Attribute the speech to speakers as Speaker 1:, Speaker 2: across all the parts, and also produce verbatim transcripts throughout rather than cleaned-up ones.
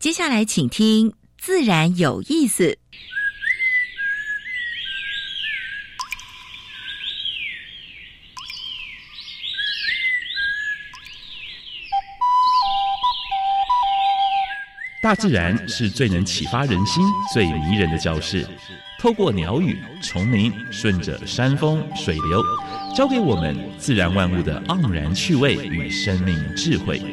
Speaker 1: 接下来请听自然有意思。
Speaker 2: 大自然是最能启发人心、最迷人的教室。透过鸟语、虫鸣，顺着山峰、水流，教给我们自然万物的盎然趣味与生命智慧。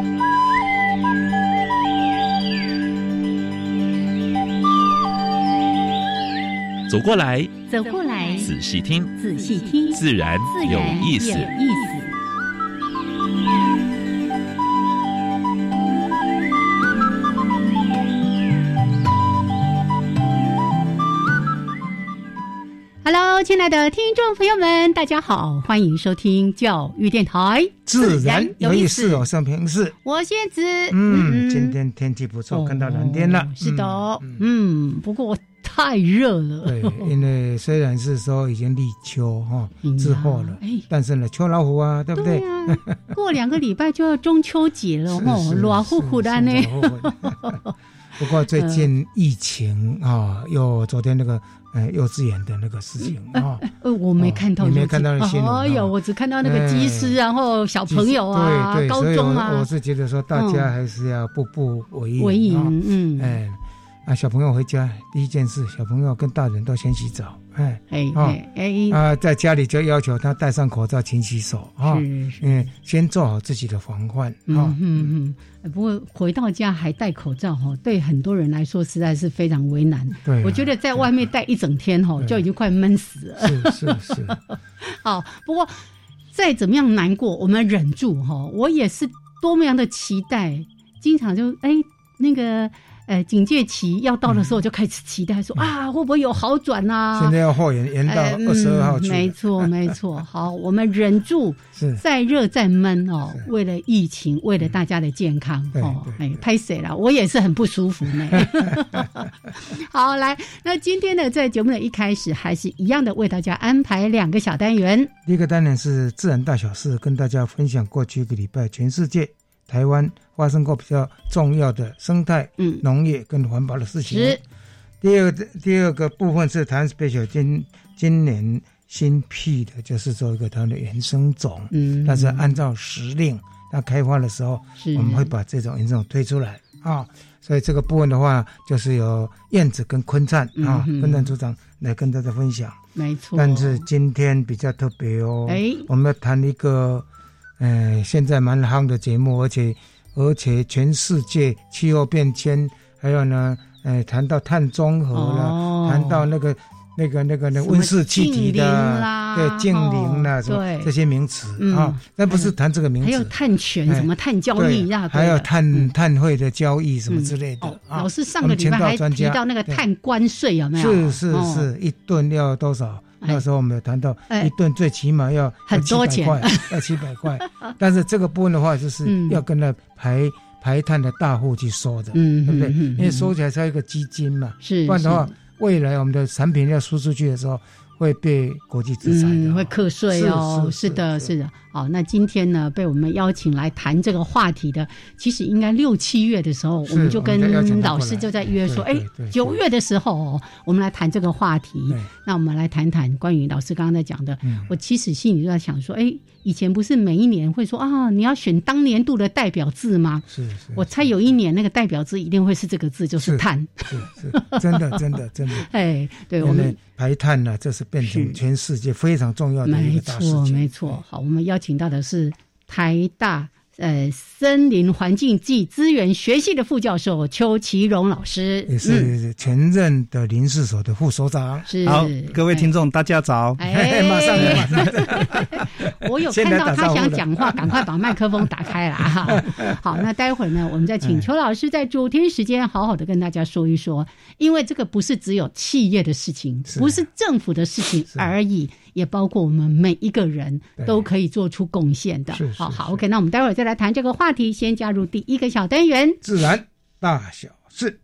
Speaker 2: 走过来，
Speaker 3: 走过来，
Speaker 2: 仔细听，
Speaker 3: 仔细听，
Speaker 2: 自然有意思。
Speaker 3: 有意思。Hello， 亲爱的听众朋友们，大家好，欢迎收听教育电台，
Speaker 4: 自然有意思。我是平视，
Speaker 3: 我仙子。
Speaker 4: 嗯，今天天气不错，哦、看到蓝天了。
Speaker 3: 是的，嗯，嗯不过太热了。
Speaker 4: 对，因为虽然是说已经立秋哈、哦、之后了，哎，但是呢，秋老虎啊，对不对？
Speaker 3: 对啊，过两个礼拜就要中秋节了哦，热乎乎的呢。
Speaker 4: 不过最近疫情啊、哦，又昨天那个。呃，幼稚园的那个事情啊，
Speaker 3: 呃，我没看到，
Speaker 4: 你没看到那新闻？
Speaker 3: 哎呦，我只看到那个机师，然后小朋友啊，
Speaker 4: 对对，
Speaker 3: 高中啊，
Speaker 4: 所以我是觉得说，大家还是要步步为营，
Speaker 3: 为营，嗯，
Speaker 4: 哎，啊，小朋友回家第一件事，小朋友跟大人都先洗澡，哎，
Speaker 3: 哎哎哎，
Speaker 4: 啊，在家里就要求他戴上口罩，勤洗手啊，嗯，先做好自己的防范啊，
Speaker 3: 嗯嗯。不过回到家还戴口罩哈，对很多人来说实在是非常为难。
Speaker 4: 对、啊，
Speaker 3: 我觉得在外面戴一整天哈，就已经快闷死了。
Speaker 4: 是是是。
Speaker 3: 好，不过再怎么样难过，我们忍住哈。我也是多么样的期待，经常就哎那个。呃，警戒期要到的时候，就开始期待说、嗯、啊，会不会有好转啊？
Speaker 4: 现在要后延延到二十二号去、呃嗯。
Speaker 3: 没错，没错。好，我们忍住，
Speaker 4: 是
Speaker 3: 再热再闷哦。为了疫情，为了大家的健康哦，哎，拍谁了？我也是很不舒服呢。好，来，那今天呢，在节目的一开始，还是一样的为大家安排两个小单元。
Speaker 4: 第一个单元是自然大小事，跟大家分享过去一个礼拜全世界。台湾发生过比较重要的生态、嗯、农业跟环保的事情。是。第二个第二个部分是台湾 Special 今今年新辟的，就是做一个台湾的原生种。嗯。但是按照时令，它开发的时候，我们会把这种原生种推出来啊。所以这个部分的话，就是由燕子跟坤灿啊，坤灿组长来跟大家分享。
Speaker 3: 没错。
Speaker 4: 但是今天比较特别哦，哎，我们要谈一个。呃，现在蛮夯的节目，而且而且全世界气候变迁，还有呢，呃，谈到碳中和了，哦、谈到那个那个那个那个温室气体的，对，净零啦，什么这些名词啊，但不是谈这个名词，
Speaker 3: 还有碳权，什么碳交易呀，
Speaker 4: 还有碳碳汇的交易什么之类的。
Speaker 3: 老师上个礼拜还提到那个碳关税，有没有？
Speaker 4: 是是是，一吨要多少？那时候我们有谈到一吨最起码要
Speaker 3: 很多钱，
Speaker 4: 要七百块，但是这个部分的话，就是要跟那排排碳的大户去收的，嗯，对不对？因为收起来才有一个基金嘛，是，不然的话，未来我们的产品要输出去的时候，会被国际制裁的、
Speaker 3: 嗯，会课税哦。
Speaker 4: 是, 是,
Speaker 3: 是, 是的，是的。好，那今天呢，被我们邀请来谈这个话题的，其实应该六七月的时候，我们就跟老师就在约说，哎，九月的时候、哦，我们来谈这个话题。那我们来谈谈关于老师刚刚在讲的、嗯，我其实心里就在想说，哎，以前不是每一年会说啊，你要选当年度的代表字吗？
Speaker 4: 是是。
Speaker 3: 我猜有一年那个代表字一定会是这个字，就是碳。
Speaker 4: 是 是, 是，真的真的真的。
Speaker 3: 哎，对我们
Speaker 4: 排碳呢、啊，这是变成全世界非常重要的一个大事情。
Speaker 3: 没错没错。好，我们邀请到的是台大呃森林环境暨资源学系的副教授邱其荣老师，
Speaker 4: 也是前任的林试所的副所长。
Speaker 3: 是，
Speaker 5: 好，各位听众、哎、大家早。
Speaker 3: 哎，
Speaker 4: 马上马上。
Speaker 3: 我有看到他想讲话，赶快把麦克风打开了哈。好，那待会儿呢，我们再请邱老师在主题时间好好的跟大家说一说，因为这个不是只有企业的事情，不是政府的事情而已，也包括我们每一个人都可以做出贡献的。好好 ，OK， 那我们待会儿再来谈这个话题，先加入第一个小单元——
Speaker 4: 自然大小事。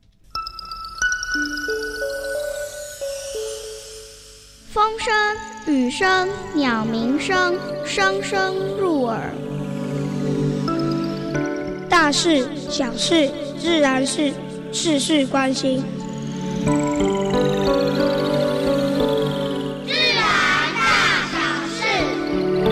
Speaker 6: 风声、雨声、鸟鸣声，声声入耳。大事、小事，
Speaker 7: 自然是事事关心。
Speaker 6: 自然大小事。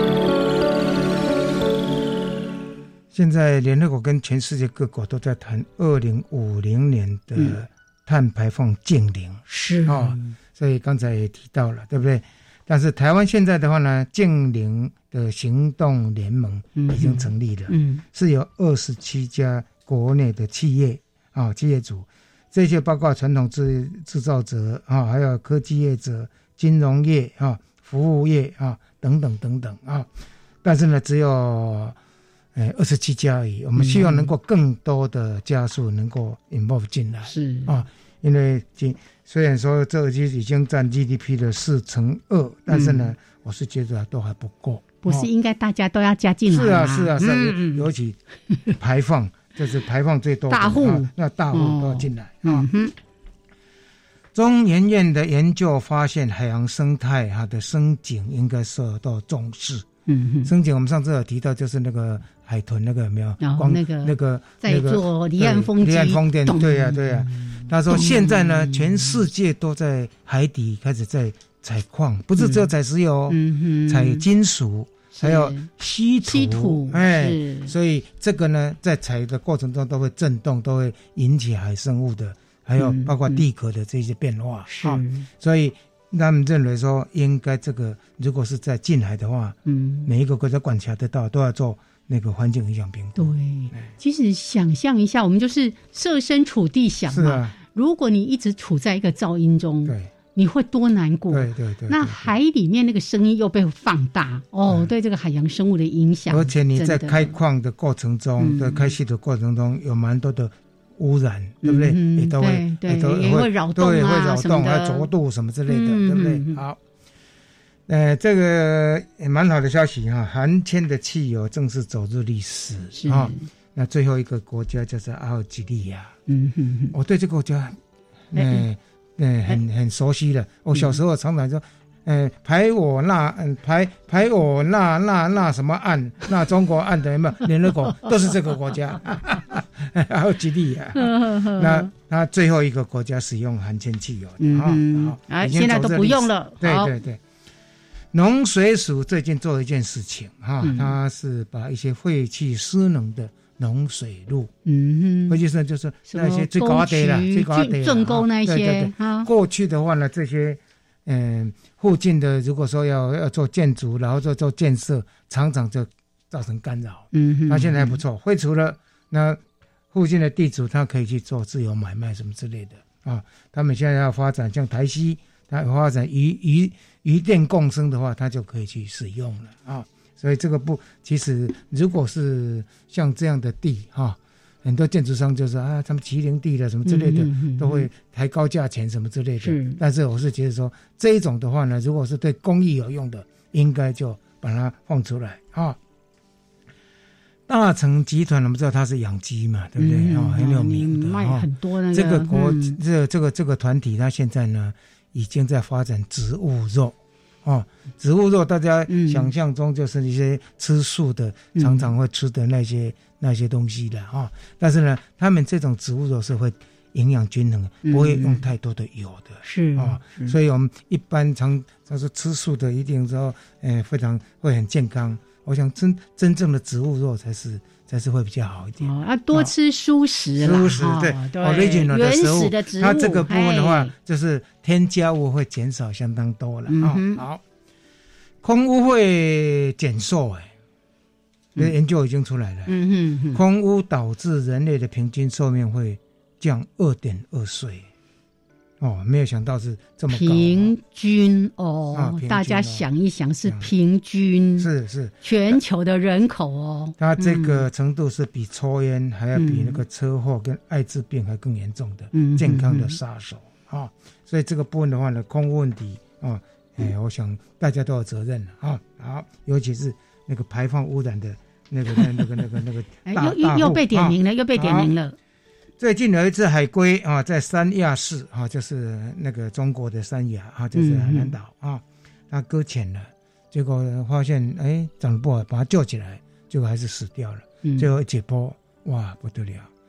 Speaker 4: 现在联合国跟全世界各国都在谈二零五零年的碳排放净零，
Speaker 3: 是
Speaker 4: 哦，所以刚才也提到了，对不对？但是台湾现在的话呢，净零的行动联盟已经成立了，嗯，是有二十七家国内的企业啊、哦，企业主，这些包括传统制制造者啊、哦，还有科技业者、金融业啊、哦、服务业啊、哦、等等等等啊、哦。但是呢，只有哎二十七家而已。我们希望能够更多的加速能够 involve 进来，是啊、哦，因为虽然说这已经占 G D P 的四成二，但是呢，嗯、我是觉得都还不够。
Speaker 3: 不是应该大家都要加进来吗？
Speaker 4: 是啊，是啊，是啊，嗯、尤其排放，就是排放最多的大户、啊，那大户都要进来、哦、啊。嗯、中研院的研究发现，海洋生态它的生境应该受到重视。嗯，生境我们上次有提到，就是那个海豚那个有没有？
Speaker 3: 然后那个
Speaker 4: 那个
Speaker 3: 在做离岸风
Speaker 4: 离岸风电，对呀、啊、对呀、啊。他说现在呢，全世界都在海底开始在采矿，不是只有采石油，嗯、采金属，还有稀土，稀土，哎，所以这个呢，在采的过程中都会震动，都会引起海生物的，还有包括地壳的这些变化，是、嗯，所以。他们认为说，应该这个如果是在近海的话，嗯，每一个国家管辖得到，都要做那个环境影响评估。
Speaker 3: 对，其实想象一下，我们就是设身处地想嘛。是啊，如果你一直处在一个噪音中，对，你会多难过。对对 对, 对。那海里面那个声音又被放大，哦，对这个海洋生物的影响。
Speaker 4: 而且你在开矿的过程中，在、嗯、开析的过程中，有蛮多的。污染对不对？嗯、也都会，
Speaker 3: 对对，也会扰动啊，
Speaker 4: 对，会扰动，还有浊度什么之类的，嗯、对不对？好，呃，这个也蛮好的消息哈，含铅的汽油正式走入历史啊、哦。那最后一个国家就是阿尔及利亚，嗯哼哼，我对这个国家，嗯嗯，很很熟悉的。我小时候常常说。嗯，排我那嗯排排我那那那什么案，那中国案的有没有联合国都是这个国家，还有基地啊。那那最后一个国家使用含铅汽油的啊、嗯哦，
Speaker 3: 好，现在都不用了。
Speaker 4: 对对对，农水署最近做了一件事情哈、哦，它是把一些废弃失能的农水路，嗯，废弃失能就是那些最高的了，最高的
Speaker 3: 正沟那一些。
Speaker 4: 对对对，过去的话呢，这些。嗯，附近的如果说要要做建筑，然后做做建设，常常就造成干扰。嗯哼，那现在还不错，废除了，那附近的地主他可以去做自由买卖什么之类的啊。他们现在要发展像台西，他发展渔渔渔电共生的话，他就可以去使用了啊。所以这个不，其实如果是像这样的地哈。啊很多建筑商就是啊，他们麒麟地的什么之类的，嗯嗯嗯、都会抬高价钱什么之类的。是，但是我是觉得说这一种的话呢，如果是对公益有用的，应该就把它放出来啊。大成集团我们知道它是养鸡嘛，对不对？嗯、哦，很有名的，
Speaker 3: 卖很多那个。
Speaker 4: 这个国、
Speaker 3: 嗯、
Speaker 4: 这个、这个这个团体，它现在呢已经在发展植物肉。哦，植物肉大家想象中就是一些吃素的，嗯、常常会吃的那些那些东西的啊、哦。但是呢，他们这种植物肉是会营养均衡的，嗯、不会用太多的油的。是啊、哦，所以我们一般常他说吃素的一定说，呃，非常会很健康。我想真真正的植物肉才是才是会比较好一点。
Speaker 3: 哦，要多吃蔬食啦，
Speaker 4: 蔬食对 ，original 的食物，
Speaker 3: 原始的植物，
Speaker 4: 它这个部分的话，就是添加物会减少相当多了啊、嗯哦。好，空污会减瘦哎，这研究已经出来了。嗯哼哼，空污导致人类的平均寿命会降二点二岁。哦，没有想到是这么高、哦、
Speaker 3: 平均哦、啊、平均哦，大家想一想是平均，
Speaker 4: 是是
Speaker 3: 全球的人口哦，
Speaker 4: 它这个程度是比抽烟、嗯、还要比那个车祸跟艾滋病还更严重的、嗯、健康的杀手啊、嗯嗯哦，所以这个部分的话呢，空污问题啊，哎、嗯，我想大家都有责任啊，好，尤其是那个排放污染的那个那个那个那个大
Speaker 3: 又又被点名了、啊，又被点名了。
Speaker 4: 最近有一只海龟啊，在三亚市啊，就是那个中国的三亚啊，就是海南岛啊，它搁浅了，结果发现哎长得不好，把它救起来，结果还是死掉了。嗯、最后一解剖，哇不得了，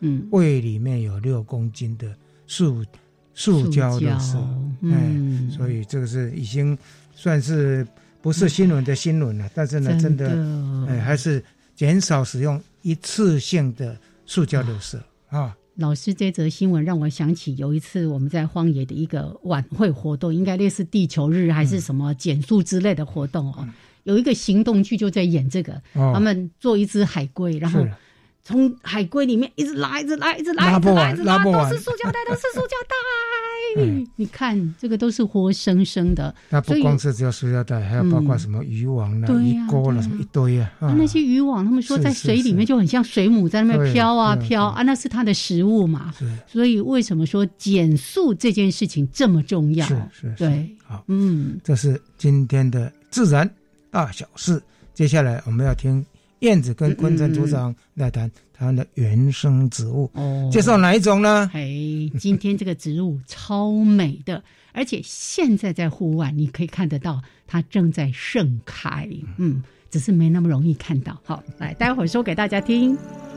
Speaker 4: 嗯，胃里面有六公斤的塑塑胶垃圾，嗯，所以这个是已经算是不是新闻的新闻了，嗯、但是呢，真的，真的哎，还是减少使用一次性的塑胶垃圾啊。啊
Speaker 3: 老师这则新闻让我想起有一次我们在荒野的一个晚会活动，应该类似地球日还是什么减塑之类的活动哦。嗯、有一个行动剧就在演这个，哦、他们做一只海龟，然后从海龟里面一直拉，一直拉，一直拉，
Speaker 4: 拉不完，
Speaker 3: 一直拉，都是塑胶袋，都是塑胶袋。嗯、你看，这个都是活生生的。
Speaker 4: 那不光是只有塑胶袋，还有包括什么渔网啦、嗯、鱼钩啦、啊、什么一堆啊。啊
Speaker 3: 那些渔网，他们说在水里面就很像水母在那边飘啊飘啊，那是它的食物嘛。所以为什么说减塑这件事情这么重要？
Speaker 4: 是是是。
Speaker 3: 对，
Speaker 4: 好，嗯，这是今天的自然大小事。接下来我们要听燕子跟昆山组长来谈台湾的原生植物。哦，介绍哪一种呢？
Speaker 3: 哎，今天这个植物超美的，而且现在在户外你可以看得到它正在盛开。嗯，只是没那么容易看到。好，来，待会儿说给大家听。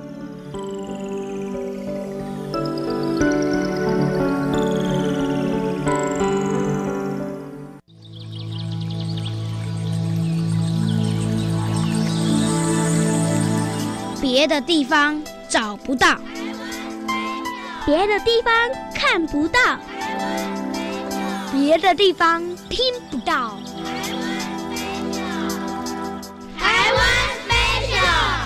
Speaker 7: 别的地方找不到，
Speaker 6: 别的地方看不到，
Speaker 7: 别的地方听不到。
Speaker 6: 台湾 Special。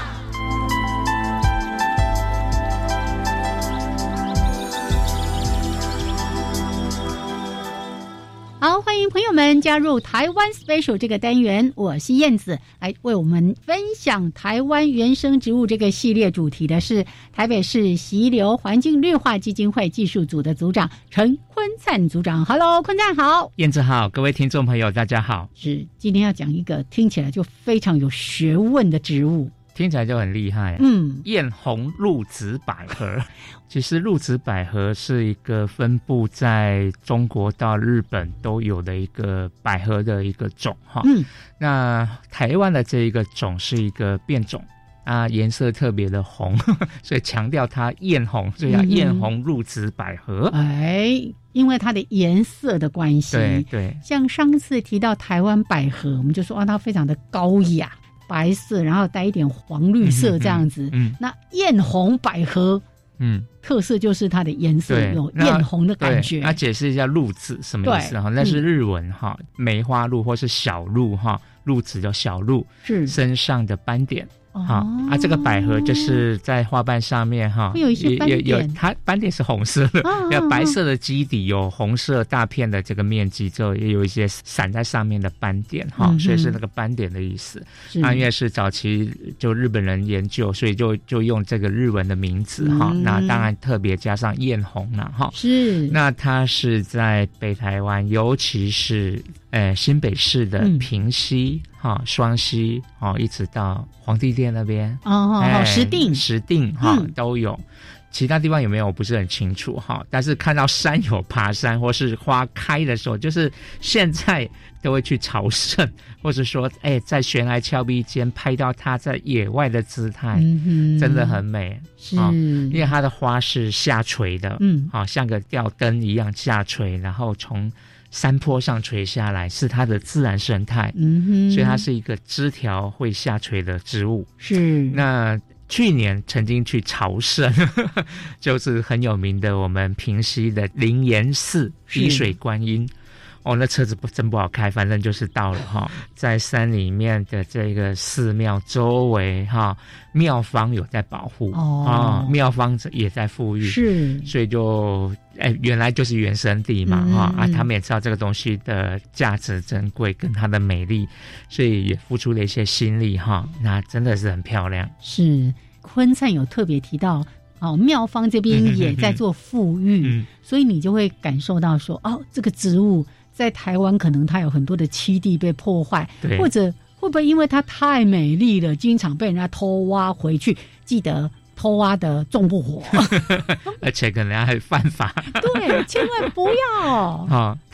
Speaker 3: 好，欢迎朋友们加入台湾 Special 这个单元，我是燕子，来为我们分享台湾原生植物这个系列主题的是台北市溪流环境绿化基金会技术组的组长陈坤灿组长。Hello， 坤灿好。
Speaker 5: 燕子好，各位听众朋友大家好。
Speaker 3: 是，今天要讲一个听起来就非常有学问的植物。
Speaker 5: 听起来就很厉害、啊、嗯，艳红露子百合。其实露子百合是一个分布在中国到日本都有的一个百合的一个种哈。嗯，那台湾的这一个种是一个变种啊，颜色特别的红，所以强调它艳红，所以叫艳红露子百合。
Speaker 3: 嗯、哎，因为它的颜色的关系。
Speaker 5: 对对，
Speaker 3: 像上次提到台湾百合，我们就说啊，它非常的高雅。白色，然后带一点黄绿色这样子。嗯，嗯那艳红百合，嗯，特色就是它的颜色有艳红的感觉。
Speaker 5: 那解释一下露子什么意思哈？那是日文哈，嗯、梅花鹿或是小鹿哈，露子叫小鹿，是身上的斑点。好、哦、啊，这个百合就是在花瓣上面哈，
Speaker 3: 会有一些斑点，
Speaker 5: 有有它斑点是红色的，哦、有白色的基底，有红色大片的这个面积之后，也有一些散在上面的斑点哈、嗯，所以是那个斑点的意思。啊，因为是早期就日本人研究，所以就就用这个日文的名字哈、嗯。那当然特别加上艳红了哈。是，那它是在北台湾，尤其是呃新北市的平溪。嗯哈、哦，双溪哦，一直到皇帝殿那边
Speaker 3: 哦，哎、石碇
Speaker 5: 石碇哈、嗯、都有，其他地方有没有我不是很清楚哈。但是看到山有爬山或是花开的时候，就是现在都会去朝圣，或者說哎在悬崖峭壁间拍到它在野外的姿态，嗯、真的很美。是、哦，因为它的花是下垂的，嗯，好、哦、像个吊灯一样下垂，然后从山坡上垂下来，是它的自然生态，嗯哼，所以它是一个枝条会下垂的植物。是，那去年曾经去朝圣，呵呵就是很有名的我们平溪的灵岩寺滴水观音。哦，那车子不真不好开，反正就是到了哈，在山里面的这个寺庙周围哈，庙方有在保护哦，啊，庙方也在富裕，是，所以就哎，原来就是原生地嘛哈、嗯、啊，他们也知道这个东西的价值珍贵跟它的美丽，所以也付出了一些心力哈，那真的是很漂亮。
Speaker 3: 是，坤灿有特别提到。哦，庙方这边也在做富裕、嗯嗯嗯，所以你就会感受到说，哦，这个植物在台湾可能它有很多的栖地被破坏，或者会不会因为它太美丽了，经常被人家偷挖回去？记得偷挖的纵不活，
Speaker 5: 而且可能还犯法。
Speaker 3: 对，千万不要。
Speaker 5: 哦，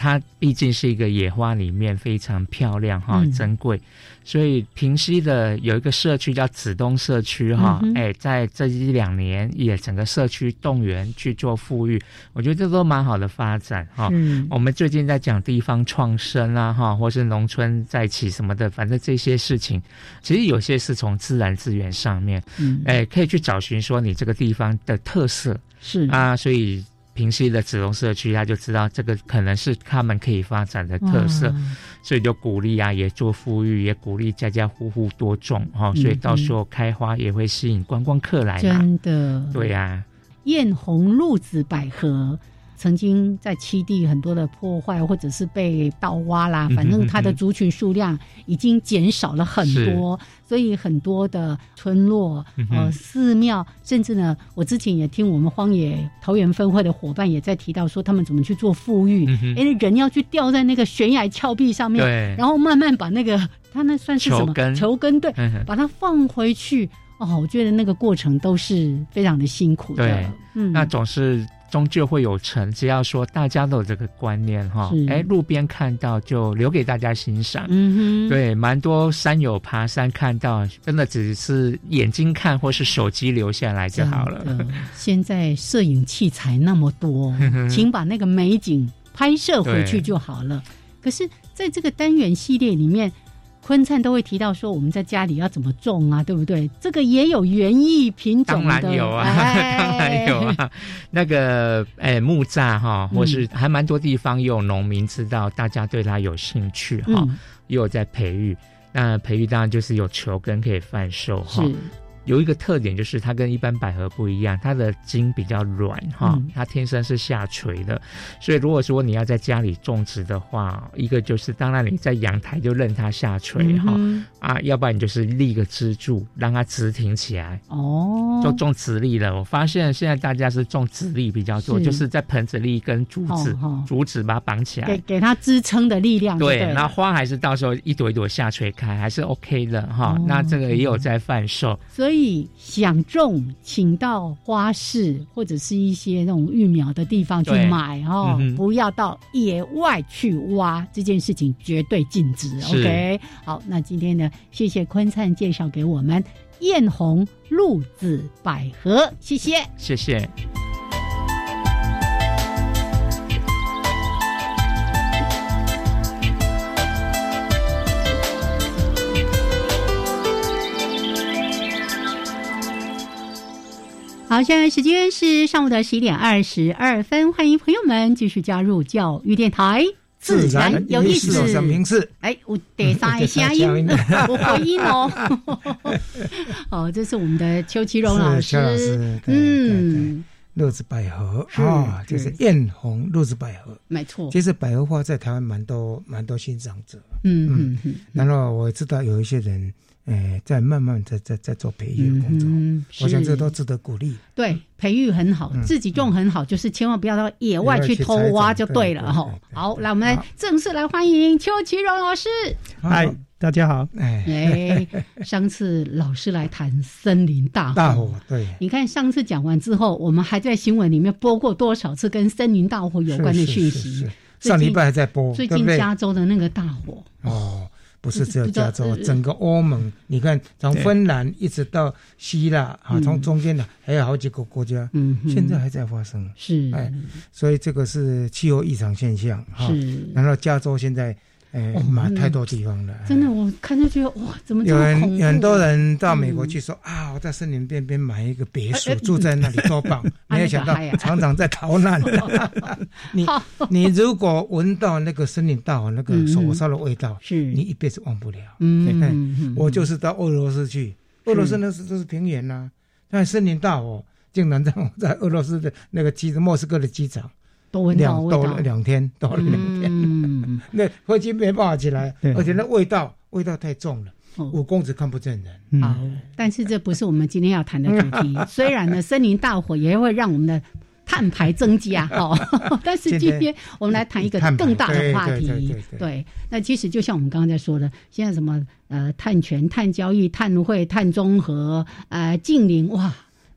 Speaker 5: 它毕竟是一个野花里面非常漂亮哈、嗯、珍贵，所以平溪的有一个社区叫子东社区哈，哎、嗯欸，在这一两年也整个社区动员去做富裕，我觉得这都蛮好的发展哈。嗯，我们最近在讲地方创生啊哈，或是农村再起什么的，反正这些事情，其实有些是从自然资源上面，嗯，哎、欸，可以去找寻说你这个地方的特色
Speaker 3: 是
Speaker 5: 啊，所以平溪的子龙社区他就知道这个可能是他们可以发展的特色，所以就鼓励啊，也做富裕，也鼓励家家户户多种哈、哦，所以到时候开花也会吸引观光客来嘛。
Speaker 3: 真的，
Speaker 5: 对呀、啊。
Speaker 3: 艳红露子百合曾经在栖地很多的破坏，或者是被盗挖啦，反正它的族群数量已经减少了很多，所以很多的村落、呃寺庙，甚至呢，我之前也听我们荒野桃园分会的伙伴也在提到说，他们怎么去做富裕，因为人要去吊在那个悬崖峭壁上面，然后慢慢把那个它那算是什么球根，球根对，把它放回去。哦，我觉得那个过程都是非常的辛苦的。
Speaker 5: 对，嗯，那总是终究会有成，只要说大家都有这个观念哈，哎，路边看到就留给大家欣赏。嗯哼，对，蛮多山友爬山看到，真的只是眼睛看或是手机留下来就好了。
Speaker 3: 现在摄影器材那么多，请把那个美景拍摄回去就好了。可是在这个单元系列里面，坤灿都会提到说我们在家里要怎么种啊，对不对？这个也有园艺品种的，
Speaker 5: 当然有啊，哎、当然有啊。那个哎木栅哈，或是还蛮多地方也有农民知道，大家对它有兴趣哈，嗯、也有在培育。那培育当然就是有球根可以贩售哈。有一个特点就是它跟一般百合不一样，它的茎比较软哈、嗯，它天生是下垂的，所以如果说你要在家里种植的话，一个就是当然你在阳台就任它下垂哈、嗯、啊，要不然你就是立个支柱让它直挺起来哦，就种直立了。我发现现在大家是种直立比较多，是就是在盆子立一根竹子，哦哦、竹子把它绑起来，
Speaker 3: 给给它支撑的力量对。
Speaker 5: 对，那花还是到时候一朵一朵下垂开，还是 OK 的哈、哦。那这个也有在贩售，
Speaker 3: 所以。所以想种，请到花市或者是一些那种育苗的地方去买哦、嗯，不要到野外去挖，这件事情绝对禁止。OK， 好，那今天呢，谢谢坤灿介绍给我们艳红露子百合，谢谢，
Speaker 5: 谢谢。
Speaker 3: 好，现在时间是上午的十一点二十二分，欢迎朋友们继续加入教育电台，自然有意思。哎，我第三个声音，我回音哦。哦，这是我们的邱其荣老师，老师
Speaker 4: 嗯，露子百合啊，就是艳红露子百合，
Speaker 3: 没错。
Speaker 4: 其实百合花在台湾蛮多蛮多欣赏者，嗯嗯嗯。然后我知道有一些人。哎，在慢慢在在在做培育的工作、嗯，我想这都值得鼓励。
Speaker 3: 对，培育很好，嗯、自己种很好、嗯，就是千万不要到野外去偷挖就对了哈。好，来我们来正式来欢迎邱其荣老师。
Speaker 8: 嗨，大家好。
Speaker 3: 哎，上次老师来谈森林大火，
Speaker 4: 大火对。
Speaker 3: 你看上次讲完之后，我们还在新闻里面播过多少次跟森林大火有关的讯息？是是是
Speaker 4: 是上礼拜还在播。
Speaker 3: 最近加州的那个大火
Speaker 4: 哦。不是只有加州，整个欧盟，你看从芬兰一直到希腊啊，从中间的还有好几个国家，嗯，现在还在发生，
Speaker 3: 是，
Speaker 4: 哎，所以这个是气候异常现象哈。然后加州现在，哎，蛮、哦、太多地方了，
Speaker 3: 真的，我看就觉得哇，怎么这么恐怖？
Speaker 4: 有人有很多人到美国去说、嗯、啊，我在森林边边买一个别墅，呃、住在那里多棒，没有想到常常在逃难。你你如果闻到那个森林大火那个火烧的味道，是、嗯、你一辈子忘不了。嗯，嗯我就是到俄罗斯去，俄罗斯那是都是平原呐、啊，但森林大火竟然让我在俄罗斯的那个机莫斯科的机场。
Speaker 3: 都闻到味道，
Speaker 4: 都了两天，都了两天，嗯、那飞机没办法起来，而且那味道味道太重了，哦、五公尺看不见人。
Speaker 3: 好、嗯，但是这不是我们今天要谈的主题。虽然呢，森林大火也会让我们的碳排增加哦，但是今天我们来谈一个更大的话题。对, 对, 对, 对, 对, 对，那其实就像我们刚刚在说的，现在什么呃碳权、碳交易、碳汇、碳中和、呃净零，哇。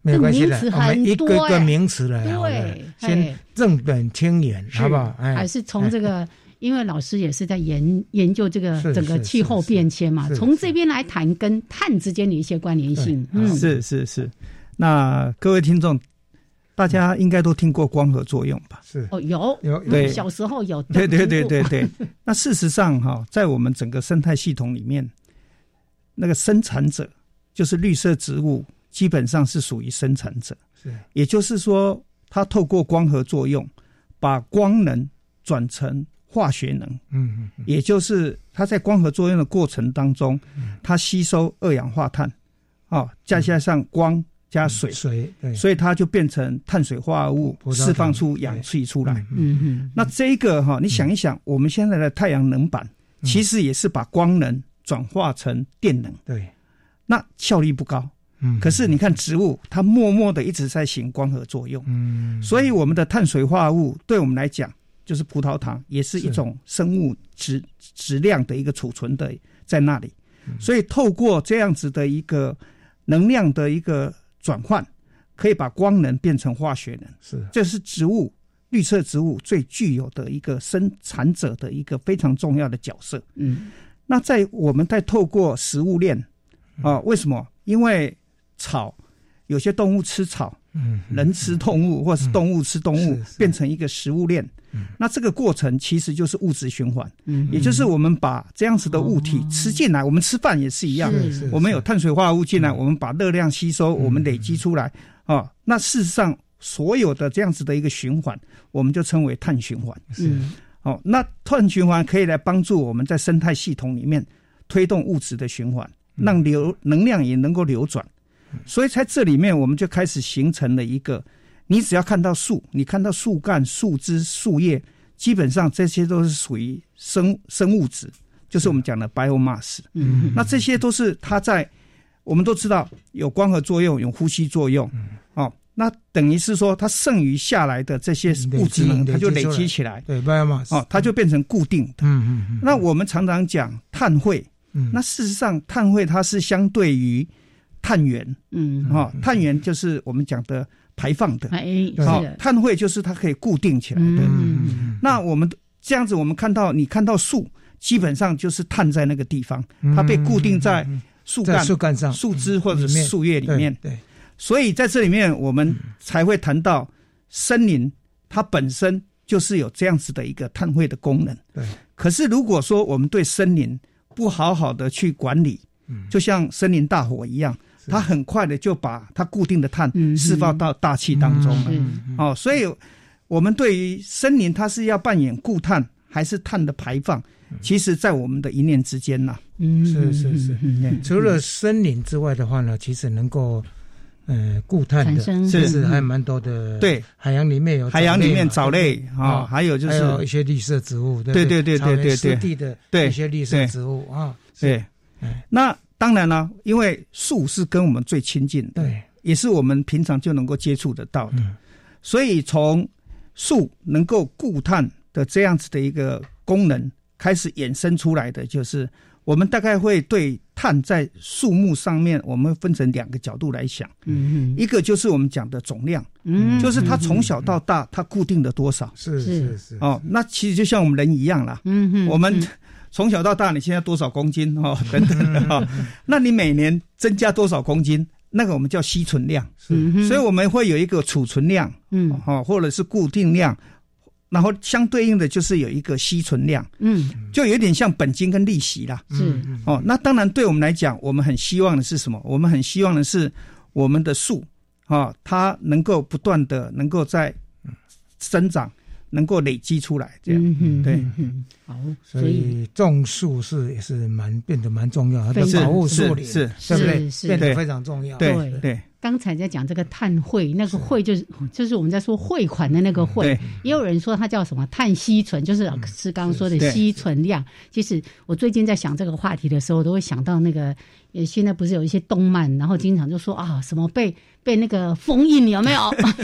Speaker 4: 没关系的，
Speaker 3: 名词
Speaker 4: 我们
Speaker 3: 很多、欸、
Speaker 4: 一个个名词来，
Speaker 3: 对，
Speaker 4: 先正本清源，好不好？
Speaker 3: 还是从这个。因为老师也是在研研究这个整个气候变迁嘛，从这边来谈跟碳之间的一些关联性。
Speaker 8: 嗯，是是是。那各位听众，大家应该都听过光合作用吧？
Speaker 3: 是哦，有
Speaker 4: 有
Speaker 8: 对，
Speaker 3: 小时候有。
Speaker 8: 对对对对对。那事实上哈，在我们整个生态系统里面，那个生产者就是绿色植物，基本上是属于生产者。
Speaker 4: 是，
Speaker 8: 也就是说，它透过光合作用，把光能转成化学能，
Speaker 4: 嗯嗯，
Speaker 8: 也就是它在光合作用的过程当中，嗯、它吸收二氧化碳，哦，再加上光加水，
Speaker 4: 嗯、水，对，
Speaker 8: 所以它就变成碳水化合物，释放出氧气出来。
Speaker 3: 嗯嗯，
Speaker 8: 那这个哈、哦，你想一想，嗯、我们现在的太阳能板、嗯、其实也是把光能转化成电能，
Speaker 4: 对，
Speaker 8: 那效率不高。
Speaker 4: 嗯，
Speaker 8: 可是你看植物，它默默的一直在行光合作用，
Speaker 4: 嗯，
Speaker 8: 所以我们的碳水化合物对我们来讲。就是葡萄糖也是一种生物质质量的一个储存的在那里，嗯、所以透过这样子的一个能量的一个转换，可以把光能变成化学能，
Speaker 4: 是
Speaker 8: 这是植物绿色植物最具有的一个生产者的一个非常重要的角色。
Speaker 3: 嗯，
Speaker 8: 那在我们在透过食物链啊、呃，为什么？因为草有些动物吃草。
Speaker 4: 嗯，
Speaker 8: 人吃动物或是动物吃动物，
Speaker 4: 嗯、
Speaker 8: 变成一个食物链。嗯，那这个过程其实就是物质循环。
Speaker 3: 嗯，
Speaker 8: 也就是我们把这样子的物体吃进来，哦、我们吃饭也是一样。我们有碳水化合物进来，我们把热量吸收，我们累积出来。啊、哦，那事实上所有的这样子的一个循环，我们就称为碳循环。
Speaker 3: 嗯，
Speaker 8: 哦，那碳循环可以来帮助我们在生态系统里面推动物质的循环，让流能量也能够流转。所以在这里面，我们就开始形成了一个，你只要看到树，你看到树干、树枝、树叶，基本上这些都是属于生生物质，就是我们讲的 biomass。
Speaker 3: 嗯，
Speaker 8: 那这些都是它在，我们都知道有光合作用，有呼吸作用，哦，那等于是说它剩余下来的这些物质呢，它就累积起来，
Speaker 4: 对 biomass，
Speaker 8: 哦，它就变成固定的。
Speaker 4: 嗯嗯嗯。
Speaker 8: 那我们常常讲碳汇，嗯，那事实上碳汇它是相对于碳源，
Speaker 3: 嗯，
Speaker 8: 哦，碳源就是我们讲的排放的，
Speaker 3: 哎，
Speaker 8: 好、哦，碳汇就是它可以固定起来的。
Speaker 3: 嗯，
Speaker 8: 那我们这样子，我们看到你看到树，基本上就是碳在那个地方，它被固定在树干、
Speaker 4: 树干上、
Speaker 8: 树枝或者树叶里面。
Speaker 4: 对，对
Speaker 8: 所以在这里面，我们才会谈到森林，它本身就是有这样子的一个碳汇的功能。
Speaker 4: 对，
Speaker 8: 可是如果说我们对森林不好好的去管理，就像森林大火一样。它很快的就把它固定的碳释放到大气当中了。
Speaker 3: 嗯
Speaker 8: 嗯、哦，所以我们对于森林它是要扮演固碳还是碳的排放，嗯、其实在我们的一念之间呐。
Speaker 3: 嗯，
Speaker 4: 是是是。
Speaker 3: 嗯、
Speaker 4: 除了森林之外的话呢，其实能够呃固碳的，
Speaker 8: 是
Speaker 4: 是还蛮多的。
Speaker 8: 对，
Speaker 4: 海洋里面有
Speaker 8: 海洋里面藻类啊、哦，还有就是
Speaker 4: 还有一些绿色植物，对
Speaker 8: 对对对对对对，
Speaker 4: 湿地的一些绿色植物啊。
Speaker 8: 对，那。当然了，因为树是跟我们最亲近的，
Speaker 4: 对，
Speaker 8: 也是我们平常就能够接触得到的，
Speaker 4: 嗯、
Speaker 8: 所以从树能够固碳的这样子的一个功能开始衍生出来的，就是我们大概会对碳在树木上面，我们分成两个角度来想，
Speaker 3: 嗯，
Speaker 8: 一个就是我们讲的总量，
Speaker 3: 嗯，
Speaker 8: 就是它从小到大它固定的多少，
Speaker 4: 是是是，
Speaker 8: 哦，那其实就像我们人一样啦，
Speaker 3: 嗯，
Speaker 8: 我们。从小到大，你现在多少公斤哦？等等的哈、哦，那你每年增加多少公斤？那个我们叫吸存量，
Speaker 3: 是，
Speaker 8: 所以我们会有一个储存量，
Speaker 3: 嗯，
Speaker 8: 哦，或者是固定量，然后相对应的就是有一个吸存量，
Speaker 3: 嗯，
Speaker 8: 就有点像本金跟利息啦，
Speaker 3: 是，
Speaker 8: 哦，那当然对我们来讲，我们很希望的是什么？我们很希望的是我们的树啊、哦，它能够不断的能够在生长。能够累积出来，这样、
Speaker 3: 嗯、
Speaker 8: 对、
Speaker 3: 嗯，好，
Speaker 4: 所以种树是也是蛮变得蛮重要的，保护树林
Speaker 8: 是
Speaker 4: 对不对？
Speaker 3: 是
Speaker 4: 变得非常重要。
Speaker 8: 对 对, 对。
Speaker 3: 刚才在讲这个碳汇，那个汇就是就是我们在说汇款的那个汇，也有人说它叫什么碳吸存，就是老师刚刚说的吸存量。其实我最近在想这个话题的时候，都会想到那个，呃，现在不是有一些动漫，然后经常就说啊，什么被被那个封印，有没有？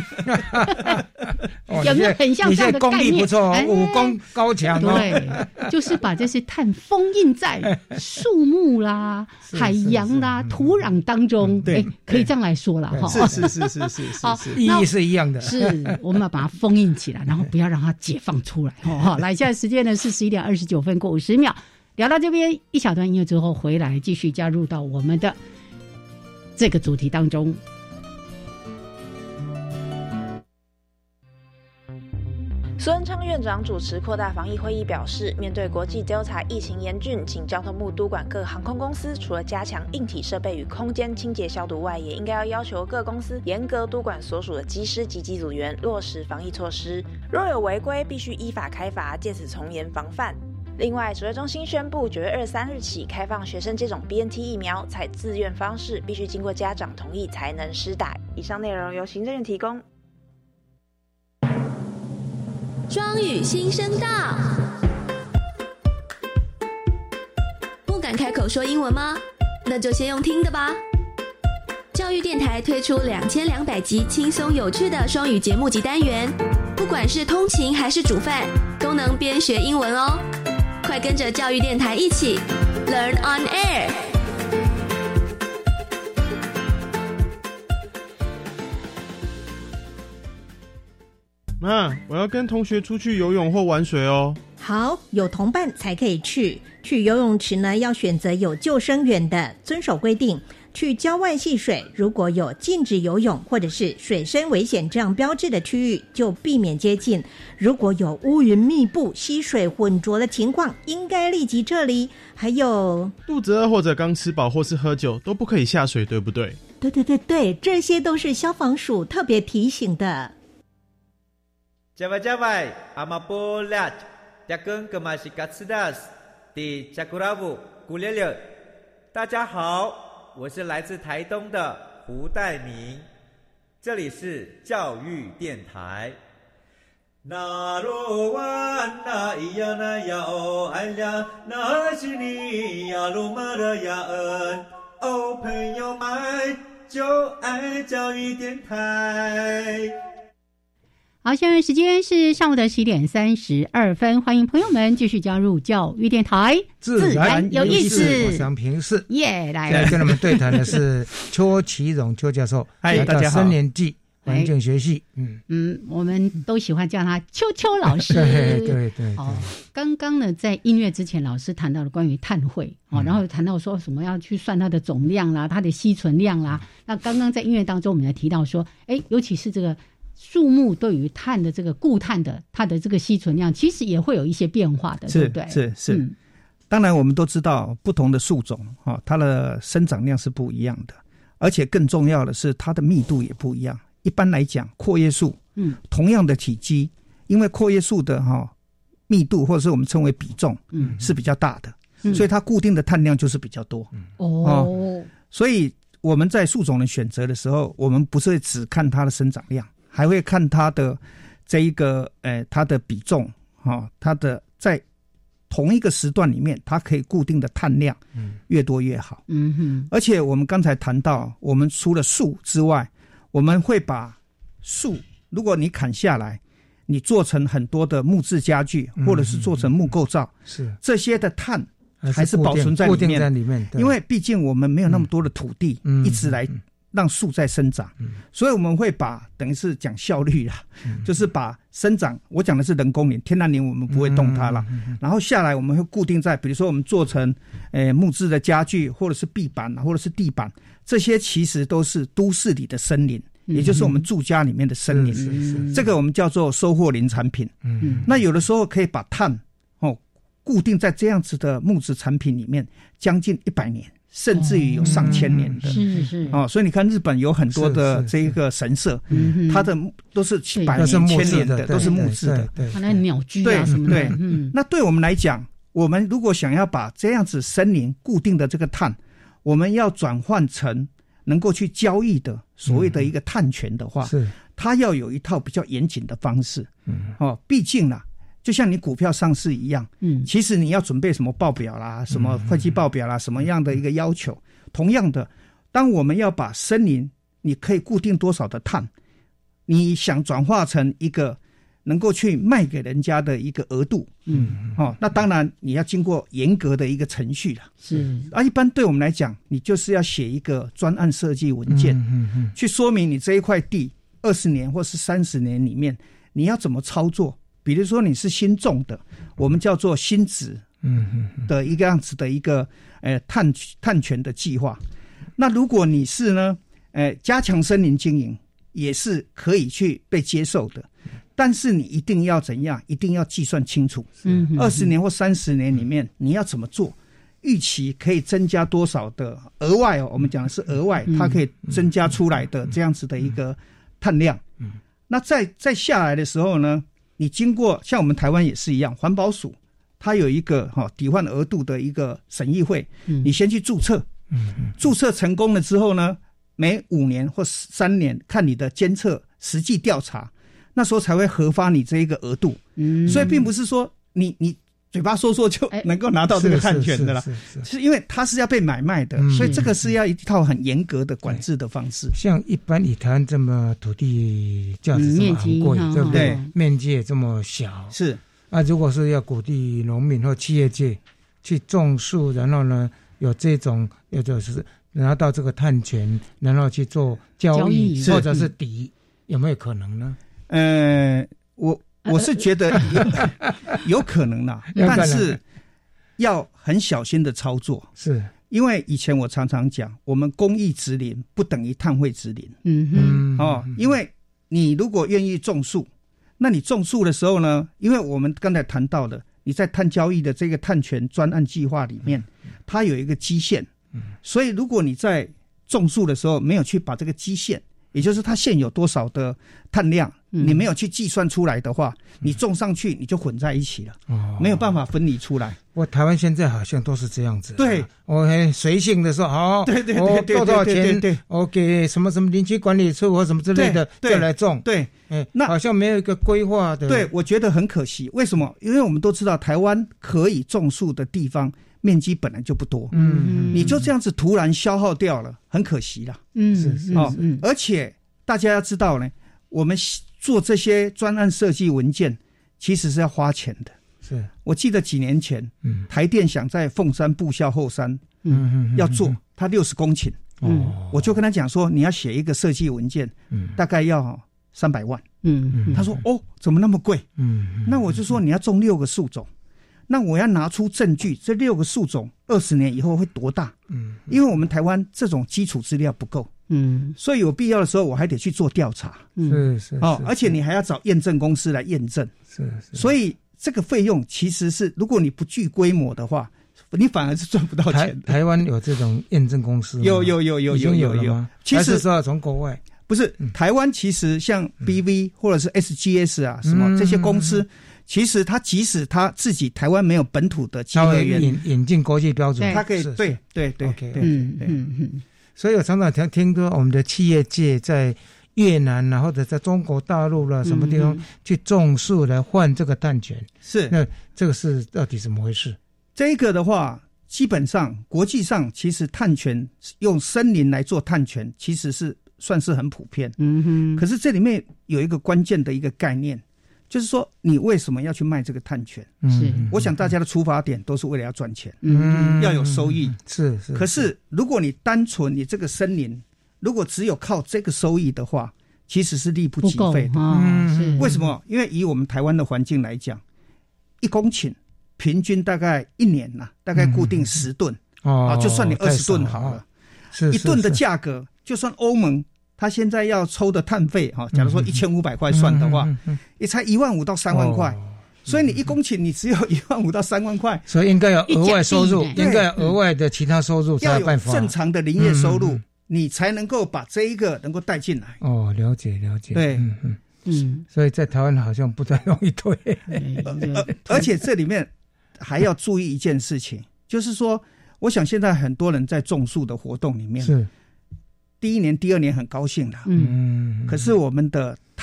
Speaker 3: 有没有很像这样的概念？
Speaker 4: 你这功力不错，哎、武功高强、哦。
Speaker 3: 对，就是把这些碳封印在树木啦、海洋啦、土壤当中，哎，可以这样来说。 说了哈。
Speaker 8: 是是是是是是，
Speaker 3: 好，
Speaker 4: 意义是一样的。
Speaker 3: 是，我们要把它封印起来，然后不要让它解放出来。好，来，现在时间呢是十一点二十九分过五十秒。聊到这边一小段音乐之后，回来继续加入到我们的这个主题当中。
Speaker 9: 苏文昌院长主持扩大防疫会议表示，面对国际 Delta 疫情严峻，请交通部督管各航空公司，除了加强硬体设备与空间清洁消毒外，也应该要要求各公司严格督管所属的机师及机组员，落实防疫措施。若有违规，必须依法开罚，借此从严防范。另外，指挥中心宣布，九月二十三日起开放学生接种 B N T 疫苗，采自愿方式，必须经过家长同意才能施打。以上内容由行政院提供。
Speaker 10: 双语新声道，不敢开口说英文吗？那就先用听的吧。教育电台推出两千两百集轻松有趣的双语节目及单元，不管是通勤还是煮饭，都能边学英文哦。快跟着教育电台一起 Learn on Air。
Speaker 11: 妈，我要跟同学出去游泳或玩水哦。
Speaker 12: 好，有同伴才可以去。去游泳池呢，要选择有救生员的，遵守规定。去郊外戏水，如果有禁止游泳或者是水深危险这样标志的区域，就避免接近。如果有乌云密布、溪水浑浊的情况，应该立即撤离。还有
Speaker 11: 肚子饿或者刚吃饱或是喝酒都不可以下水，对不对？
Speaker 12: 对对对对，这些都是消防署特别提醒的。
Speaker 13: Jawai Jawai, Amapolat, Jakun Kemasikatsidas, di Jakuravu, Gulele。大家好，我是来自台东的胡代明，这里是教育电台。那罗哇那咿呀那呀哦哎呀，那是你呀鲁玛的呀恩哦，朋友们就爱教育电台。
Speaker 3: 好，现在时间是上午的十一点三十二分，欢迎朋友们继续加入教育电台，
Speaker 4: 自然有意思。我
Speaker 3: 是
Speaker 4: 想平视
Speaker 3: 耶，来
Speaker 4: 来跟我们对谈的是邱其荣邱教授，
Speaker 8: 嗨，大家好，
Speaker 4: 三年级环境学系，嗯
Speaker 3: 嗯，我们都喜欢叫他邱邱老师。
Speaker 4: 对对对。
Speaker 3: 哦，刚刚呢，在音乐之前，老师谈到了关于碳汇哦，然后谈到说什么要去算它的总量啦，它的吸存量啦。那刚刚在音乐当中，我们也提到说，哎，尤其是这个树木对于碳的这个固碳的它的这个吸存量，其实也会有一些变化的，对不对？
Speaker 8: 是是。
Speaker 3: 嗯，
Speaker 8: 当然，我们都知道不同的树种哈，它的生长量是不一样的，而且更重要的是它的密度也不一样。一般来讲，阔叶树，嗯，同样的体积，因为阔叶树的哈密度或者是我们称为比重，嗯，是比较大的，嗯，所以它固定的碳量就是比较多。嗯，哦，所以我们在树种的选择的时候，我们不是只看它的生长量，还会看它的这一个呃它的比重，哈，哦，它的在同一个时段里面，它可以固定的碳量越多越好。嗯哼，而且我们刚才谈到，我们除了树之外，我们会把树，如果你砍下来，你做成很多的木质家具，或者是做成木构造，是这些的碳还是保存在里面，固定在里面，因为毕竟我们没有那么多的土地，嗯，一直来让树在生长，嗯，所以我们会把等于是讲效率啦，嗯，就是把生长，我讲的是人工林，天然林我们不会动它啦，嗯嗯，然后下来我们会固定在，比如说我们做成呃木质的家具，或者是壁板或者是地板，这些其实都是都市里的森林，也就是我们住家里面的森林，嗯，这个我们叫做收获林产品。嗯，那有的时候可以把碳哦固定在这样子的木质产品里面，将近一百年。甚至于有上千年的，是是哦，所以你看日本有很多的这一个神社，它的都是百年、千年的，都是木质的，
Speaker 3: 它那鸟居啊什么的。
Speaker 8: 对，嗯，那对我们来讲，我们如果想要把这样子森林固定的这个碳，我们要转换成能够去交易的所谓的一个碳权的话，是它要有一套比较严谨的方式。嗯，哦，毕竟啦。就像你股票上市一样，嗯，其实你要准备什么报表啦，什么会计报表啦，什么样的一个要求。同样的，当我们要把森林，你可以固定多少的碳，你想转化成一个能够去卖给人家的一个额度。嗯，哦，那当然你要经过严格的一个程序了。
Speaker 3: 是
Speaker 8: 啊，一般对我们来讲，你就是要写一个专案设计文件，嗯嗯嗯，去说明你这一块地二十年或是三十年里面你要怎么操作。比如说你是新种的，我们叫做新植的一个样子的一个呃碳碳权的计划。那如果你是呢，呃加强森林经营，也是可以去被接受的。但是你一定要怎样？一定要计算清楚。嗯，二十年或三十年里面你要怎么做？预期可以增加多少的额外哦？我们讲的是额外，它可以增加出来的这样子的一个碳量。嗯，那再再下来的时候呢？你经过像我们台湾也是一样，环保署它有一个哈、哦、抵换额度的一个审议会，嗯、你先去注册，嗯嗯、注册成功了之后呢，每五年或三年看你的监测实际调查，那时候才会核发你这一个额度。嗯，所以并不是说你你嘴巴说说就能够拿到这个碳权的啦，是, 是, 是, 是, 是因为它是要被买卖的、嗯，所以这个是要一套很严格的管制的方式。
Speaker 4: 像一般以台湾这么土地价值这么昂贵、嗯，对不对？面积也这么小，
Speaker 8: 是
Speaker 4: 啊。如果是要鼓励农民或企业界去种树，然后呢有这种，有就是拿到这个碳权，然后去做交易或者是抵、嗯，有没有可能呢？
Speaker 8: 呃，我。我是觉得有, 有可能啦，但是要很小心的操作。是因为以前我常常讲，我们公益植林不等于碳汇植林。嗯哼，哦，因为你如果愿意种树，那你种树的时候呢，因为我们刚才谈到的，你在碳交易的这个碳权专案计划里面，它有一个基线，所以如果你在种树的时候没有去把这个基线，也就是它现有多少的碳量，你没有去计算出来的话，嗯、你种上去你就混在一起了，哦、没有办法分离出来。
Speaker 4: 我台湾现在好像都是这样子。
Speaker 8: 对，
Speaker 4: 我很随性的说，好，
Speaker 8: 对对对
Speaker 4: 我多多少钱，我给什么什么林区管理处或什么之类的就来种。
Speaker 8: 对，
Speaker 4: 哎，那好像没有一个规划的。
Speaker 8: 对，我觉得很可惜。为什么？因为我们都知道台湾可以种树的地方面积本来就不多，嗯，你就这样子突然消耗掉了，很可惜啦。
Speaker 4: 嗯，是是
Speaker 8: 哦，嗯，而且大家要知道呢，我们做这些专案设计文件，其实是要花钱的。是我记得几年前，嗯，台电想在凤山步校后山，嗯嗯，要做，它六十公顷，嗯，我就跟他讲说，你要写一个设计文件，嗯，大概要三百万，嗯，他说哦，怎么那么贵？嗯，那我就说你要种六个树种。那我要拿出证据，这六个树种二十年以后会多大？嗯，因为我们台湾这种基础资料不够，嗯，所以有必要的时候我还得去做调查，
Speaker 4: 嗯，是是
Speaker 8: 哦，而且你还要找验证公司来验证，
Speaker 4: 是是，
Speaker 8: 所以这个费用其实是，如果你不具规模的话，你反而是赚不到钱的。
Speaker 4: 台台湾有这种验证公司吗？
Speaker 8: 有有有有有有有，
Speaker 4: 其实是要从国外，
Speaker 8: 不是、嗯、台湾其实像 B V 或者是 S G S 啊、嗯、什么这些公司。嗯，其实他即使他自己台湾没有本土的企业员
Speaker 4: 引引进国际标准，
Speaker 8: 他可以对对对
Speaker 4: ，OK，
Speaker 8: 对，
Speaker 4: 嗯嗯嗯。所以我常常听听说我们的企业界在越南啊，或者在中国大陆了、啊、什么地方去种树来换这个碳权，
Speaker 8: 是
Speaker 4: 那这个是到底怎么回事？
Speaker 8: 这个的话，基本上国际上其实碳权用森林来做碳权，其实是算是很普遍。嗯哼。可是这里面有一个关键的一个概念。就是说，你为什么要去卖这个碳权？是，我想大家的出发点都是为了要赚钱，嗯，要有收益。
Speaker 4: 是是。
Speaker 8: 可是，如果你单纯你这个森林，如果只有靠这个收益的话，其实是力不及费的。嗯，是。为什么？因为以我们台湾的环境来讲，一公顷平均大概一年呐、啊，大概固定十吨、嗯、啊，就算你二十吨好了，是一吨的价格，就算欧盟。他现在要抽的碳费哈，假如说一千五百块算的话，嗯嗯嗯嗯、也才一万五到三万块、哦，所以你一公顷你只有一万五到三万块，
Speaker 4: 所以应该有额外收入，应该有额外的其他收入才有办法，
Speaker 8: 要有正常的林业收入、嗯嗯嗯，你才能够把这一个能够带进来。
Speaker 4: 哦，了解了解，
Speaker 8: 对，
Speaker 4: 嗯嗯嗯，所以在台湾好像不太容易推，
Speaker 8: 而而且这里面还要注意一件事情，就是说，我想现在很多人在种树的活动里面是。第一年、第二年很高兴的，嗯，可是我们的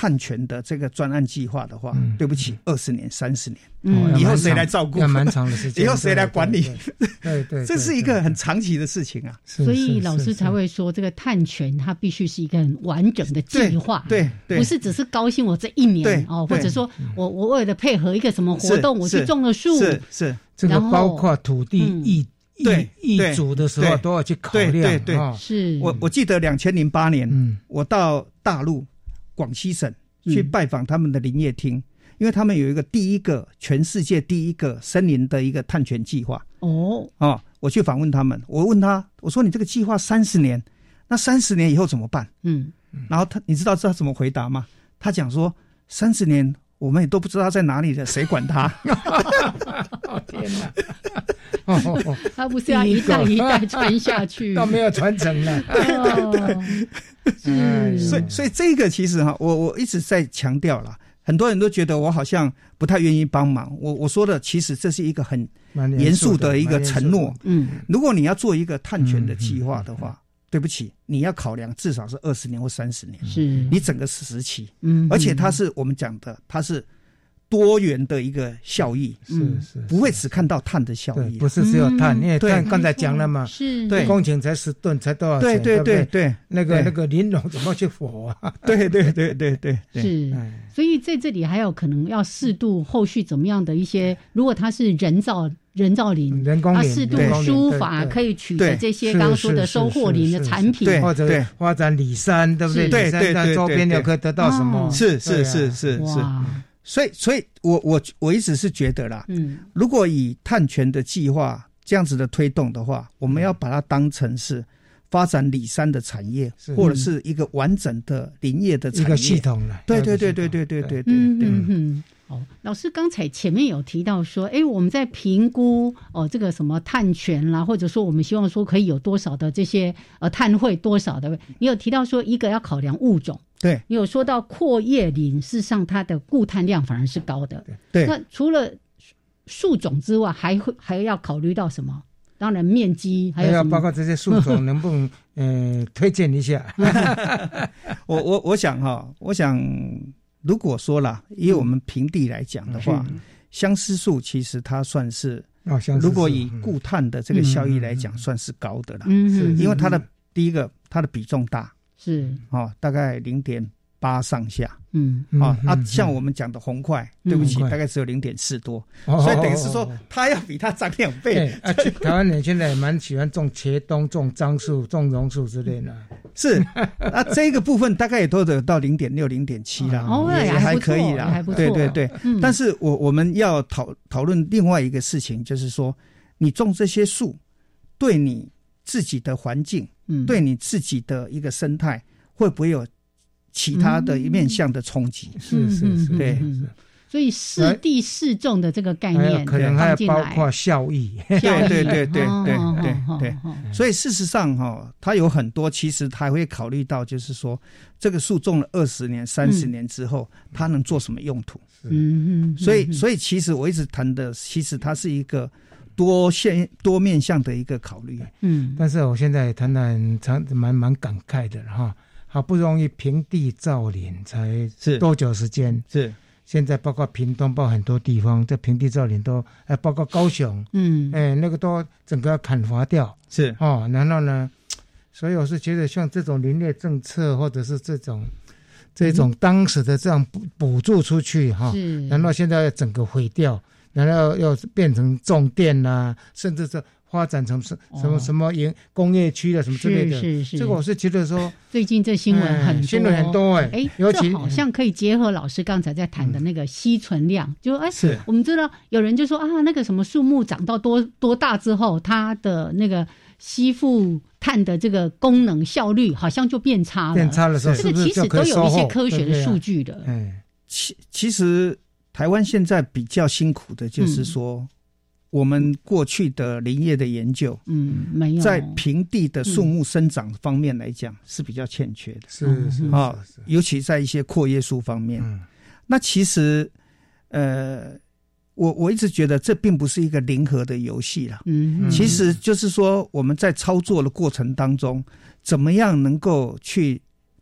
Speaker 8: 碳权的这个专案计划的话，嗯、对不起，二十年、三十年，
Speaker 4: 嗯、
Speaker 8: 以后谁来照顾？
Speaker 4: 要蛮长的时间。
Speaker 8: 以后谁来管理？
Speaker 4: 对 对, 对, 对，
Speaker 8: 这是一个很长期的事情啊。
Speaker 3: 所以老师才会说，这个碳权它必须是一个很完整的计划，
Speaker 8: 对 对, 对，
Speaker 3: 不是只是高兴我这一年哦，或者说我我为了配合一个什么活动，我去种了树，
Speaker 8: 是是，
Speaker 4: 这个包括土地易。
Speaker 8: 对
Speaker 4: 易主的时候都要去考量。
Speaker 8: 对对对，
Speaker 4: 哦、
Speaker 3: 是
Speaker 8: 我我记得两千零八年，嗯，我到大陆广西省去拜访他们的林业厅，嗯、因为他们有一个第一个全世界第一个森林的一个碳权计划。
Speaker 3: 哦
Speaker 8: 哦，我去访问他们，我问他，我说你这个计划三十年，那三十年以后怎么办？嗯，然后他你知道他怎么回答吗？他讲说三十年我们也都不知道他在哪里的，谁管他？
Speaker 4: 天哪！
Speaker 3: 哦，他不是要一代一代传下去，
Speaker 4: 都没有传承了。
Speaker 3: 哦、
Speaker 8: 是，所以所以这个其实哈，我我一直在强调啦，很多人都觉得我好像不太愿意帮忙。我我说的其实这是一个很严肃的一个承诺。嗯，如果你要做一个碳权的计划的话。嗯嗯嗯对不起，你要考量至少是二十年或三十年，
Speaker 3: 是
Speaker 8: 你整个时期，嗯，而且它是我们讲的，它是多元的一个效益，
Speaker 4: 是是，
Speaker 8: 不会只看到碳的效益，
Speaker 4: 不是只有碳，因为碳刚才讲了嘛，
Speaker 3: 是，
Speaker 8: 对，
Speaker 4: 工钱才十吨，才多少钱？
Speaker 8: 对对对对，
Speaker 4: 那个那个林农怎么去否啊？
Speaker 8: 对对对对对，
Speaker 3: 是，所以在这里还有可能要适度后续怎么样的一些，如果它是人造。人造林，
Speaker 4: 人工林，
Speaker 3: 适度疏伐可以取得这些刚刚说的收获林的产品，
Speaker 4: 或者发展里山，对不对？
Speaker 8: 对对对，
Speaker 4: 周边又可以得到什么？
Speaker 8: 是是是是是。所以，所以我我我一直是觉得啦，嗯，如果以碳权的计划这样子的推动的话，我们要把它当成是发展里山的产业，或者是一个完整的林业的产业
Speaker 4: 一个系统了。
Speaker 8: 对对对对对对对对对。
Speaker 3: 嗯嗯。哦，老师刚才前面有提到说，哎，我们在评估哦这个什么碳权啦，或者说我们希望说可以有多少的这些呃碳汇多少的，你有提到说一个要考量物种，
Speaker 8: 对，
Speaker 3: 你有说到阔叶林，事实上它的固碳量反而是高的，
Speaker 8: 对。
Speaker 3: 那除了树种之外，还会还要考虑到什么？当然面积还有什么，
Speaker 4: 还要包括这些树种能不能呃推荐一下？
Speaker 8: 我我我想哈，我想。如果说啦，以我们平地来讲的话，嗯、相思树其实它算是，
Speaker 4: 哦、
Speaker 8: 如果以固碳的这个效益来讲，嗯、算是高的啦。
Speaker 3: 嗯，
Speaker 8: 因为它的第一个，它的比重大，
Speaker 3: 是
Speaker 8: 哦，大概零点八上下。
Speaker 3: 嗯，
Speaker 8: 啊啊，像我们讲的红块，对不起，大概只有零点四多，所以等于是说，它要比它涨两倍。
Speaker 4: 啊，台湾人现在也蛮喜欢种茄冬、种樟树、种榕树之类的。
Speaker 8: 是，啊，这个部分大概也都得到零点六、零点七啦，也还可以啦，
Speaker 3: 还不错，
Speaker 8: 对对对。但是我我们要讨讨论另外一个事情，就是说，你种这些树，对你自己的环境，对你自己的一个生态，会不会有其他的一面向的冲击？
Speaker 4: 是是是，
Speaker 8: 对。
Speaker 3: 所以适地适种的这个概念，
Speaker 4: 可能还包括效益。
Speaker 8: 对对对对对对对。所以事实上哈，它有很多，其实它会考虑到，就是说，这个树种了二十年、三十年之后，它能做什么用途？
Speaker 3: 嗯嗯。
Speaker 8: 所以所以其实我一直谈的，其实它是一个多线多面向的一个考虑。
Speaker 4: 嗯。但是我现在谈谈常蛮蛮感慨的哈，好不容易平地造林才多久时间？
Speaker 8: 是。
Speaker 4: 现在包括屏东，包括很多地方，这平地造林都，哎，包括高雄，
Speaker 3: 嗯，
Speaker 4: 哎，那个都整个要砍伐掉，
Speaker 8: 是
Speaker 4: 哦。然后呢，所以我是觉得像这种林业政策，或者是这种这种当时的这样补补助出去哈，
Speaker 3: 是，
Speaker 4: 然后现在要整个毁掉，然后要变成种电啦，甚至是发展成什什么什么营工业区的什么之类的，
Speaker 3: 是是是。
Speaker 4: 这个我是觉得说，
Speaker 3: 最近这新闻很多，
Speaker 4: 新闻很多哎，
Speaker 3: 哎，这好像可以结合老师刚才在谈的那个吸存量，就哎，我们知道有人就说啊，那个什么树木长到多多大之后，它的那个吸附碳的这个功能效率好像就变差了，
Speaker 4: 变差了，
Speaker 3: 这个其实都有一些科学的数据的。
Speaker 4: 嗯，
Speaker 8: 其其实台湾现在比较辛苦的就是说。我们过去的林业的研究，
Speaker 3: 嗯，没有
Speaker 8: 在平地的树木生长方面来讲、嗯、是比较欠缺的，
Speaker 4: 是是
Speaker 8: 啊，尤其在一些阔叶树方面。嗯、那其实，呃，我我一直觉得这并不是一个零和的游戏啦。
Speaker 3: 嗯，
Speaker 8: 其实就是说我们在操作的过程当中，怎么样能够去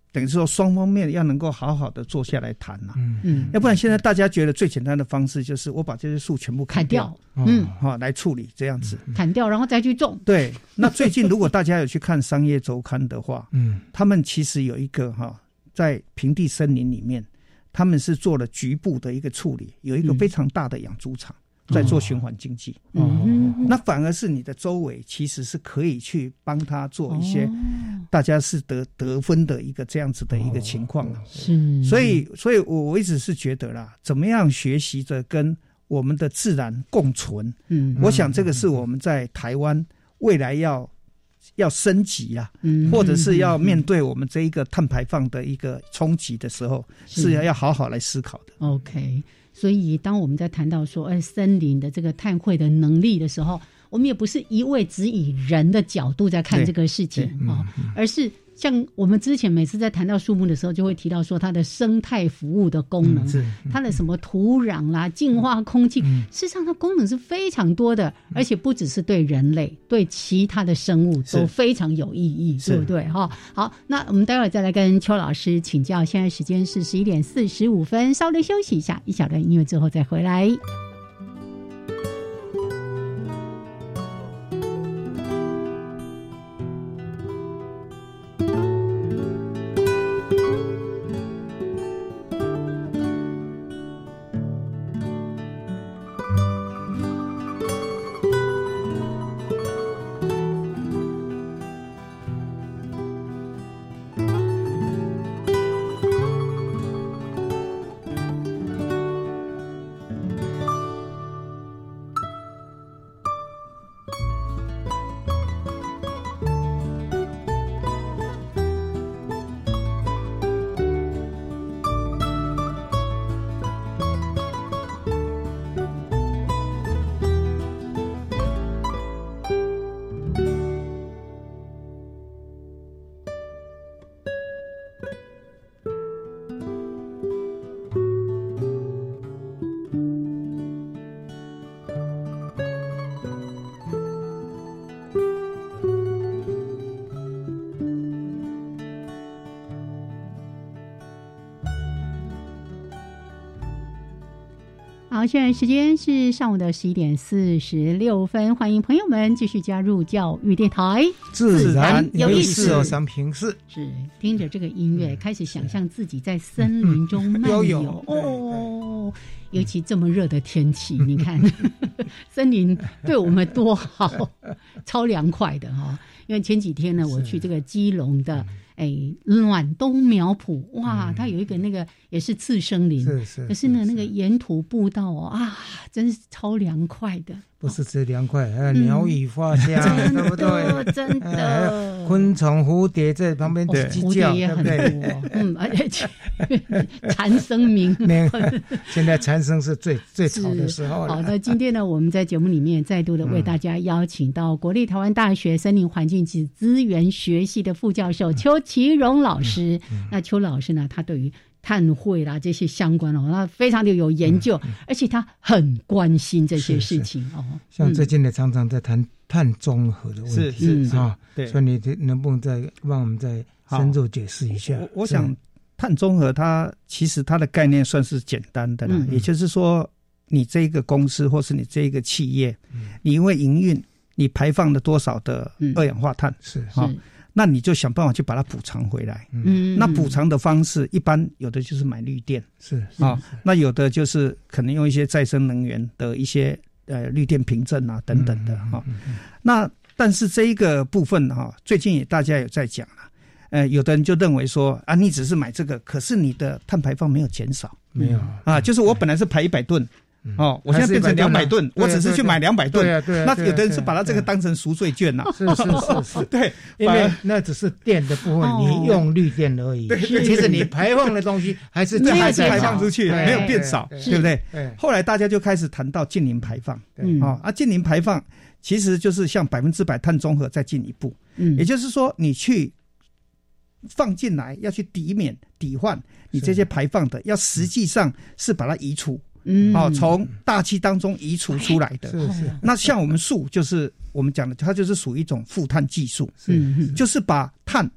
Speaker 8: 等于说双方面要能够好好的坐下来谈啊，
Speaker 3: 嗯，
Speaker 8: 要不然现在大家觉得最简单的方式就是我把这些树全部砍掉，
Speaker 3: 砍掉嗯，
Speaker 8: 好、哦、来处理这样子，
Speaker 3: 砍掉然后再去种。
Speaker 8: 对，那最近如果大家有去看商业周刊的话，
Speaker 4: 嗯，
Speaker 8: 他们其实有一个哈、哦，在平地森林里面，他们是做了局部的一个处理，有一个非常大的养猪场。嗯在做循环经济，
Speaker 3: 嗯，
Speaker 8: 那反而是你的周围其实是可以去帮他做一些，大家是得得分的一个这样子的一个情况了。
Speaker 3: 是，
Speaker 8: 所以，所以我我一直是觉得啦，怎么样学习着跟我们的自然共存，
Speaker 3: 嗯，
Speaker 8: 我想这个是我们在台湾未来要要升级啦，
Speaker 3: 嗯，
Speaker 8: 或者是要面对我们这一个碳排放的一个冲击的时候，是要要好好来思考的。
Speaker 3: OK。所以当我们在谈到说哎森林的这个碳汇的能力的时候，我们也不是一味只以人的角度在看这个事情啊、哦，而是像我们之前每次在谈到树木的时候，就会提到说它的生态服务的功能，
Speaker 4: 嗯、
Speaker 3: 它的什么土壤啦、净化空气，
Speaker 4: 嗯、
Speaker 3: 事实上它功能是非常多的，而且不只是对人类，对其他的生物都非常有意义，对不对？哈，好，那我们待会儿再来跟邱老师请教。现在时间是十一点四十五分，稍微休息一下，一小段音乐之后再回来。好，现在时间是上午的十一点四十六分，欢迎朋友们继续加入教育电台，
Speaker 4: 自然有意思
Speaker 3: 哦，
Speaker 4: 三平四
Speaker 3: 是听着这个音乐，开始想象自己在森林中漫游、嗯、哦。尤其这么热的天气，你看森林对我们多好，超凉快的哈、哦。因为前几天呢，我去这个基隆的哎暖东苗圃，哇，它有一个那个也是次生林，
Speaker 4: 是是，
Speaker 3: 可是呢，那个沿途步道哦啊，真是超凉快的。
Speaker 4: 不是只凉快，还有鸟语花香，嗯、对不对？
Speaker 3: 真的，
Speaker 4: 昆虫、蝴蝶在旁边
Speaker 3: 叽叫，蝴蝶也很多，嗯，而且蝉声鸣。
Speaker 4: 现在蝉声是最最吵的时候了。
Speaker 3: 好的，今天呢，我们在节目里面再度的为大家邀请到国立台湾大学森林环境及资源学系的副教授邱其荣老师。嗯嗯、那邱老师呢，他对于碳汇啦这些相关哦，他非常的有研究，嗯嗯、而且他很关心这些事情哦。
Speaker 4: 像最近也常常在谈碳中和的问题，
Speaker 8: 是是
Speaker 4: 啊，
Speaker 8: 对，
Speaker 4: 所以你能不能再帮我们再深入解释一下？
Speaker 8: 我我想碳中和它其实它的概念算是简单的啦，嗯、也就是说，你这个公司或是你这一个企业，嗯、你因为营运你排放了多少的二氧化碳，
Speaker 4: 是
Speaker 8: 啊。是那你就想办法去把它补偿回来。
Speaker 3: 嗯，
Speaker 8: 那补偿的方式一般有的就是买绿电，
Speaker 4: 是
Speaker 8: 啊，那有的就是可能用一些再生能源的一些呃绿电凭证啊等等的哈、嗯嗯嗯。那但是这一个部分哈，最近也大家有在讲了，呃，有的人就认为说啊，你只是买这个，可是你的碳排放没有减少，
Speaker 4: 没有
Speaker 8: 啊，就是我本来是排一百吨。哦，我现在变成两百吨，我只是去买两百吨。
Speaker 4: 对啊，对啊。
Speaker 8: 那有的人是把它这个当成赎罪券呐。
Speaker 4: 是是是是。
Speaker 8: 对，
Speaker 4: 因为那只是电的部分，你用绿电而已。
Speaker 8: 对，
Speaker 4: 其实你排放的东西还是
Speaker 8: 还是排放出去，没有变少，对不对？后来大家就开始谈到近零排放。
Speaker 3: 嗯。
Speaker 8: 哦，啊，近零排放其实就是向百分之百碳中和再进一步。
Speaker 3: 嗯。
Speaker 8: 也就是说，你去放进来，要去抵免、抵换你这些排放的，要实际上是把它移除。
Speaker 3: 嗯，
Speaker 8: 哦，从大气当中移除出来的。
Speaker 4: 是是。
Speaker 8: 那像我们树，就是我们讲的，它就是属于一种负碳技术，
Speaker 3: 是，
Speaker 8: 就是把碳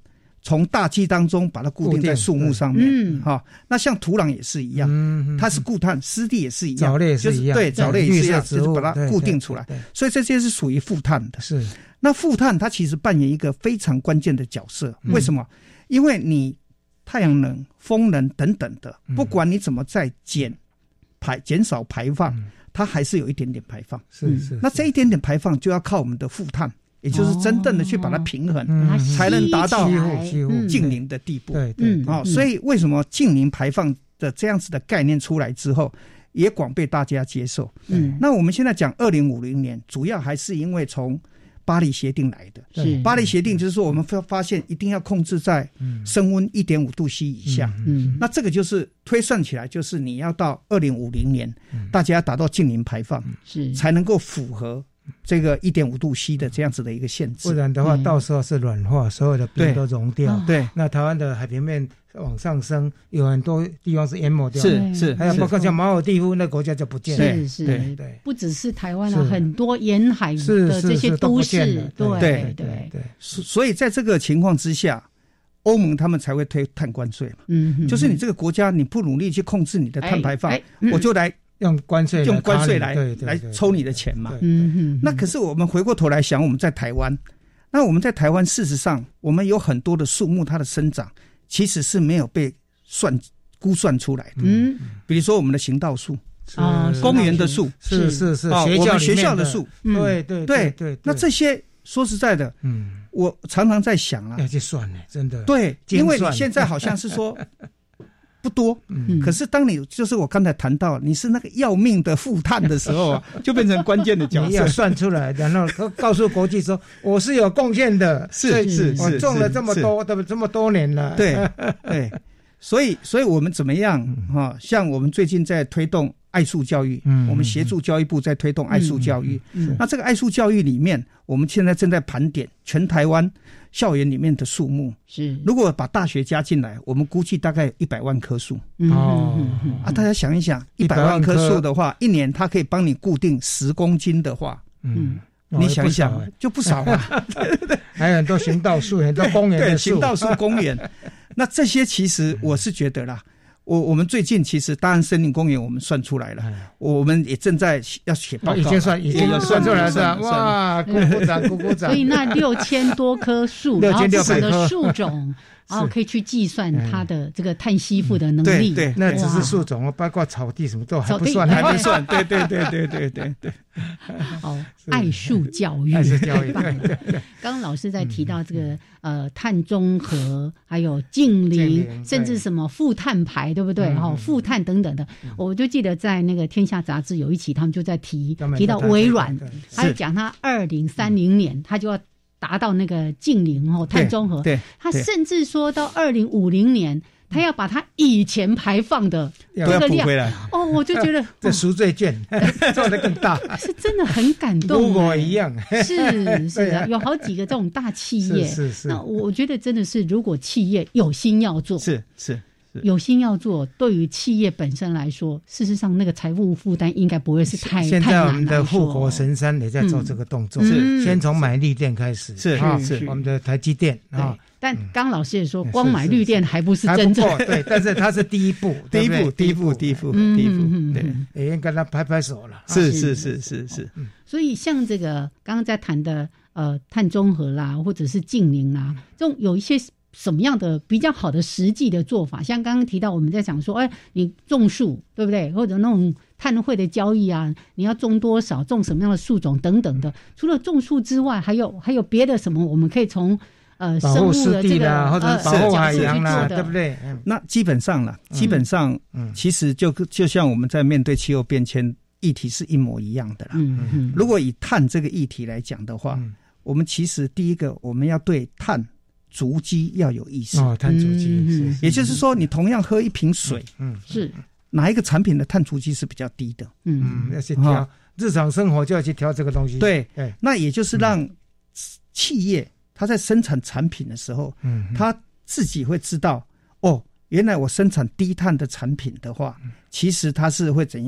Speaker 8: 从大气当中把它固定在树木上面，嗯，好、哦，那像土壤也是一样，嗯，它是固碳，湿地也是一样，
Speaker 4: 藻类也是一样，
Speaker 8: 就是、对，藻类也是一样，就是把它固定出来，所以这些是属于负碳的。
Speaker 4: 是，
Speaker 8: 那负碳它其实扮演一个非常关键的角色，为什么？嗯、因为你太阳能、风能等等的，不管你怎么在减排、减少排放，嗯、它还是有一点点排放。
Speaker 4: 是是，
Speaker 8: 那这一点点排放就要靠我们的负碳。也就是真正的去把它平衡，哦、才能达到净零的地步。
Speaker 4: 对对，
Speaker 8: 哦，所以为什么净零排放的这样子的概念出来之后，也广被大家接受。嗯，那我们现在讲二零五零年，主要还是因为从巴黎协定来的。
Speaker 3: 是
Speaker 8: 巴黎协定就是说，我们发发现一定要控制在升温一点五度 C 以下。嗯，那这个就是推算起来，就是你要到二零五零年，嗯、大家达到净零排放，是才能够符合这个一点五度 C 的这样子的一个限制，
Speaker 4: 不然的话，到时候是软化，所有的冰都融掉。
Speaker 8: 对，
Speaker 4: 那台湾的海平面往上升，有很多地方是淹没掉。
Speaker 8: 是是，
Speaker 4: 还有包括像马尔地夫那国家就不见了。
Speaker 3: 是是，对对，不只是台湾啊，很多沿海的这些都市，对对对对。
Speaker 8: 所以在这个情况之下，欧盟他们才会推碳关税嘛。嗯，就是你这个国家你不努力去控制你的碳排放，我就来。
Speaker 4: 用关税
Speaker 8: 用关税来来抽你的钱嘛，嗯，那可是我们回过头来想，我们在台湾，那我们在台湾事实上，我们有很多的树木，它的生长其实是没有被算估算出来的，嗯，比如说我们的行道树啊，公园的树，
Speaker 4: 是是是，
Speaker 8: 我们学校的树，
Speaker 4: 对对对对，
Speaker 8: 那这些说实在的，嗯，我常常在想啊，
Speaker 4: 要去算呢，真的，
Speaker 8: 对，因为你现在好像是说。不多，嗯，可是当你就是我刚才谈到你是那个要命的负碳的时候啊，就变成关键的角色。
Speaker 4: 你要算出来，然后告诉国际说我是有贡献的，
Speaker 8: 是是是，
Speaker 4: 我种了这么多，这么这么多年了。
Speaker 8: 对对，所以所以我们怎么样哈、啊？像我们最近在推动爱树教育，嗯，我们协助教育部在推动爱树教育。嗯嗯、那这个爱树教育里面，我们现在正在盘点全台湾校园里面的树木。
Speaker 3: 是，
Speaker 8: 如果把大学加进来，我们估计大概一百万棵树。
Speaker 4: 哦、
Speaker 8: 嗯、啊，大家想一想，一百万棵树的话，一年它可以帮你固定十公斤的话，嗯，你想一想，哦、就不少了。
Speaker 4: 对对对，还有很多行道树，很多公园的树，
Speaker 8: 对，行道树、公园。那这些其实我是觉得啦。我我们最近其实大安森林公园我们算出来了，嗯、我们也正在要写报告，
Speaker 4: 已经算已经有算出来了，哇，鼓鼓掌鼓鼓掌。
Speaker 3: 所以那六千多棵树，然后不同的树种，然后可以去计算它的这个碳吸附的能力。
Speaker 8: 对，
Speaker 4: 那只是树种哦，包括草地什么都还不算，
Speaker 8: 还没算。对对对对对对对。
Speaker 3: 哦，爱树教育，
Speaker 4: 爱树教育。
Speaker 3: 刚刚老师在提到这个呃碳中和，还有净零，甚至什么负碳排，对不对？哈，负碳等等的，我就记得在那个《天下》杂志有一期，他们就在提提到微软，他就讲他二零三零年他就要达到那个净零哦，碳中和。
Speaker 8: 对，
Speaker 3: 他甚至说到二零五零年。他要把他以前排放的这个量哦，我就觉得
Speaker 4: 这赎罪券做得更大，
Speaker 3: 是真的很感动。
Speaker 4: 跟我一样，
Speaker 3: 是是的，有好几个这种大企业，
Speaker 4: 是是是。
Speaker 3: 那我觉得真的是，如果企业有心要做，
Speaker 8: 是是
Speaker 3: 有心要做，对于企业本身来说，事实上那个财务负担应该不会是太
Speaker 4: 现在我们的护国神山也在做这个动作，是先从买绿电开始，
Speaker 8: 是是
Speaker 4: 我们的台积电啊。
Speaker 3: 但刚老师也说，光买绿电还不是真正
Speaker 4: 对，但是它是第一步，
Speaker 8: 第一步，第一步，第一步，第一步，对，
Speaker 4: 也应该跟他拍拍手了。
Speaker 8: 是是是是是。
Speaker 3: 所以像这个刚刚在谈的呃碳中和啦，或者是净零啦，这种有一些什么样的比较好的实际的做法？像刚刚提到我们在讲说，哎，你种树对不对？或者那种碳汇的交易啊，你要种多少，种什么样的树种等等的。除了种树之外，还有还有别的什么？我们可以从呃，
Speaker 4: 保护湿地啦，或者保护海洋啦，对不对？
Speaker 8: 那基本上啦，基本上，嗯，其实就就像我们在面对气候变迁议题是一模一样的啦。嗯嗯。如果以碳这个议题来讲的话，我们其实第一个我们要对碳足迹要有意识。
Speaker 4: 哦，碳足迹，
Speaker 8: 也就是说，你同样喝一瓶水，
Speaker 3: 嗯，是
Speaker 8: 哪一个产品的碳足迹是比较低的？
Speaker 4: 嗯，要去挑日常生活就要去挑这个东西。
Speaker 8: 对，那也就是让企业。他在生产产品的时候，嗯，他自己会知道，哦，原来我生产低碳的产品的话，嗯、其实它是会怎样？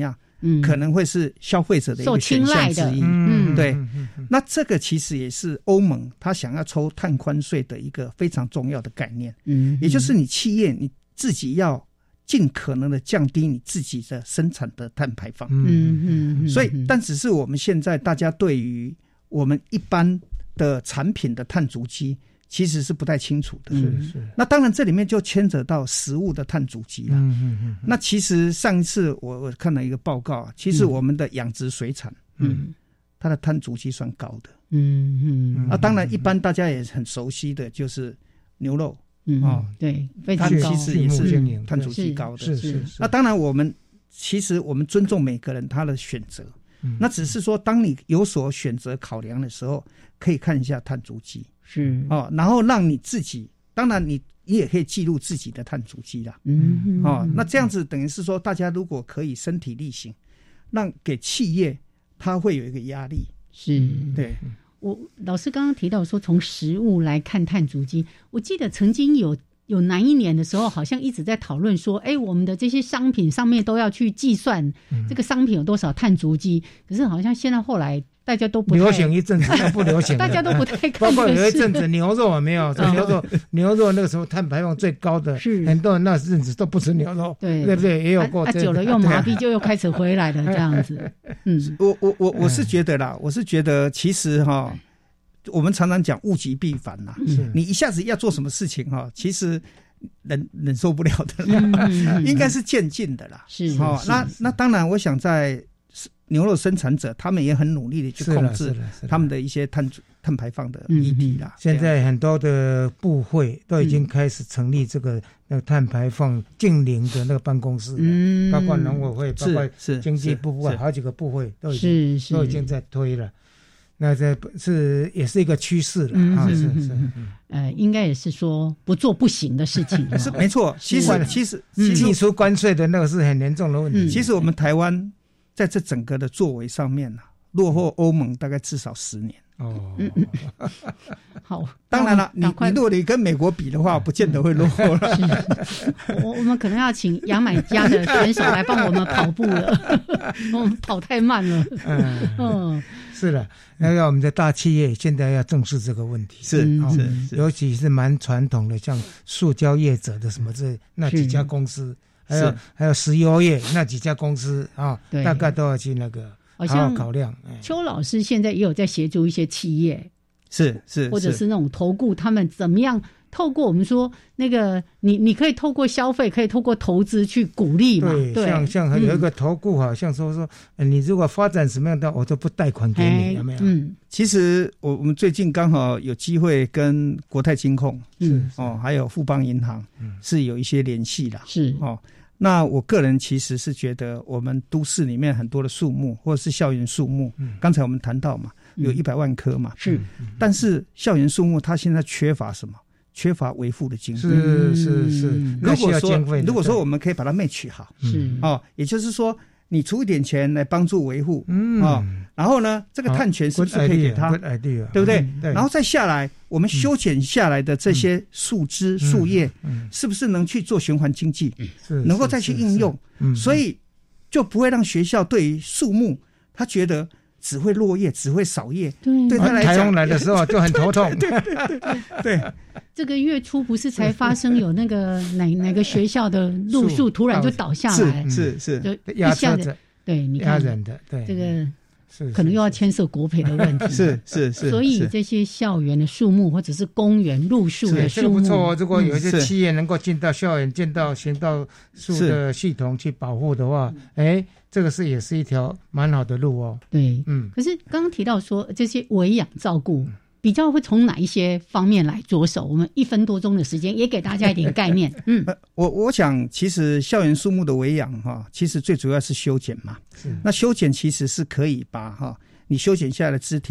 Speaker 8: 嗯，可能会是消费者的一个选项之一。嗯，对。那这个其实也是欧盟他想要抽碳宽税的一个非常重要的概念。嗯，也就是你企业你自己要尽可能的降低你自己的生产的碳排放。嗯嗯。所以，但只是我们现在大家对于我们一般的产品的碳足迹其实是不太清楚的。是是。那当然这里面就牵扯到食物的碳足迹了。嗯嗯嗯。那其实上一次我我看了一个报告啊，其实我们的养殖水产，嗯，它的碳足迹算高的。嗯嗯。那当然一般大家也很熟悉的就是牛肉。嗯哦，
Speaker 3: 对，非常高，
Speaker 8: 其实也是碳足迹高的。是是是。那当然我们其实我们尊重每个人他的选择。那只是说当你有所选择考量的时候，可以看一下碳足迹。是哦，然后让你自己，当然你你也可以记录自己的碳足迹啦。嗯哦，那这样子等于是说，大家如果可以身体力行，让给企业它会有一个压力。是，对。
Speaker 3: 我老师刚刚提到说，从实物来看碳足迹，我记得曾经有有哪一年的时候，好像一直在讨论说，哎，我们的这些商品上面都要去计算这个商品有多少碳足迹。可是好像现在后来大家都不太
Speaker 4: 流行一阵子，不流行，
Speaker 3: 大家都不太看。
Speaker 4: 包括有一阵子牛肉有没有？牛肉牛肉那个时候碳排放最高的，是很多人那阵子都不吃牛肉，对对不对？也有过。
Speaker 3: 啊，久了又麻痹，就又开始回来了这样子。
Speaker 8: 嗯，我我我我是觉得啦，我是觉得其实哈。我们常常讲物极必反呐、啊，你一下子要做什么事情哈、啊，其实忍忍受不了的啦，嗯、应该是渐进的啦。是哦，那那当然，我想在牛肉生产者，他们也很努力的去控制他们的一些碳碳排放的议题啦。
Speaker 4: 现在很多的部会都已经开始成立这个那个碳排放净零的那个办公室，嗯，包括农委会，包括经济部，部好几个部会都已经都已经在推了。那这是也是一个趋势了、嗯、啊，是是，
Speaker 3: 呃，应该也是说不做不行的事情，
Speaker 8: 是没错。其实其实
Speaker 4: 技术关税的那个是很严重的问题。
Speaker 8: 嗯、其实我们台湾在这整个的作为上面呢、啊，落后欧盟大概至少十年。哦，嗯、
Speaker 3: 好，
Speaker 8: 当然了，你你如果你跟美国比的话，不见得会落后了。
Speaker 3: 我我们可能要请牙买加的选手来帮我们跑步了，我们跑太慢了。嗯
Speaker 4: 嗯。是的，那个我们的大企业现在要正视这个问题，
Speaker 8: 是、哦、是,
Speaker 4: 是，尤其是蛮传统的，像塑胶业者的什么这那几家公司，还有还有石油业那几家公司啊，大概都要去那个好好考量。
Speaker 3: 邱老师现在也有在协助一些企业，
Speaker 8: 是是，
Speaker 3: 或者是那种投顾，他们怎么样？透过我们说那个，你你可以透过消费，可以透过投资去鼓励嘛。
Speaker 4: 对，对像像有一个投顾，好像说说、嗯，你如果发展什么样的，我都不贷款给你，有没有？
Speaker 8: 嗯，其实我我们最近刚好有机会跟国泰金控，嗯哦，还有富邦银行，嗯，是有一些联系的。是哦，那我个人其实是觉得，我们都市里面很多的树木，或者是校园树木，嗯，刚才我们谈到嘛，有一百万棵嘛，是、嗯，但是校园树木它现在缺乏什么？缺乏维护的经费，
Speaker 4: 是是是。
Speaker 8: 如果说如果说我们可以把它match好，是哦，也就是说你出一点钱来帮助维护，嗯哦，然后呢，这个碳权是不是可以给他，
Speaker 4: good idea,
Speaker 8: 对不对？对。然后再下来，我们修剪下来的这些树枝、树叶，是不是能去做循环经济？是，能够再去应用，所以就不会让学校对于树木，他觉得。只会落叶，只会扫叶，对，对他来讲，
Speaker 4: 台风来的时候就很头痛。
Speaker 8: 对对对对对。
Speaker 3: 这个月初不是才发生有那个哪哪个学校的路树突然就倒下来，
Speaker 8: 是是是，
Speaker 3: 压车子，对，你看
Speaker 4: 压人的，对，
Speaker 3: 这个可能又要牵涉国赔的问题。
Speaker 8: 是是是。
Speaker 3: 所以这些校园的树木或者是公园路树的树木，
Speaker 4: 不错哦。如果有一些企业能够进到校园、进到行道树的系统去保护的话，哎。这个是也是一条蛮好的路哦。
Speaker 3: 对，嗯。可是刚刚提到说这些维养照顾，比较会从哪一些方面来着手？我们一分多钟的时间，也给大家一点概念。嗯，
Speaker 8: 我我想，其实校园树木的维养哈，其实最主要是修剪嘛。那修剪其实是可以把哈你修剪下来的枝条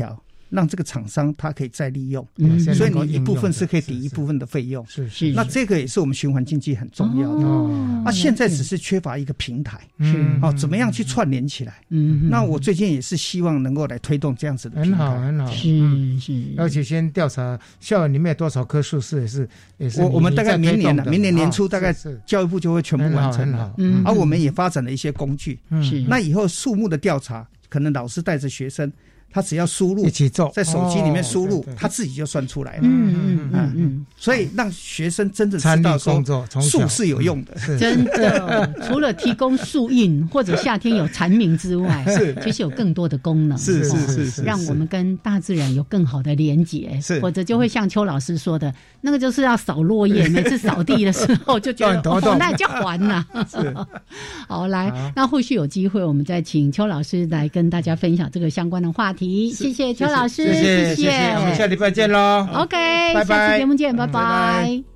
Speaker 8: 让这个厂商它可以再利用，
Speaker 4: 嗯，
Speaker 8: 所以你一部分是可以抵一部分的费用，
Speaker 4: 是是。
Speaker 8: 那这个也是我们循环经济很重要的。哦，啊，现在只是缺乏一个平台，是哦，怎么样去串联起来？嗯，那我最近也是希望能够来推动这样子的平台，
Speaker 4: 很好很好，
Speaker 3: 是是。
Speaker 4: 而且先调查校园里面有多少棵树是也是也是
Speaker 8: 我我们大概明年了，明年年初大概教育部就会全部完成
Speaker 4: 了，
Speaker 8: 嗯，而我们也发展了一些工具，是那以后树木的调查，可能老师带着学生。他只要输入，
Speaker 4: 一起做，
Speaker 8: 在手机里面输入，他自己就算出来了。
Speaker 3: 嗯嗯嗯嗯，
Speaker 8: 所以让学生真正知道说树是有用的，
Speaker 3: 真的。除了提供树荫或者夏天有蝉鸣之外，
Speaker 8: 是
Speaker 3: 其实有更多的功能，
Speaker 8: 是是是是，
Speaker 3: 让我们跟大自然有更好的连结。
Speaker 8: 是，
Speaker 3: 或者就会像邱老师说的，那个就是要扫落叶，每次扫地的时候就觉得哦，那叫还呐。好，来，那后续有机会，我们再请邱老师来跟大家分享这个相关的话题。谢谢邱老师，
Speaker 4: 谢谢谢谢，我们下礼拜见喽。
Speaker 3: OK，
Speaker 4: 拜拜，
Speaker 3: 下次节目见，拜
Speaker 4: 拜
Speaker 3: 拜。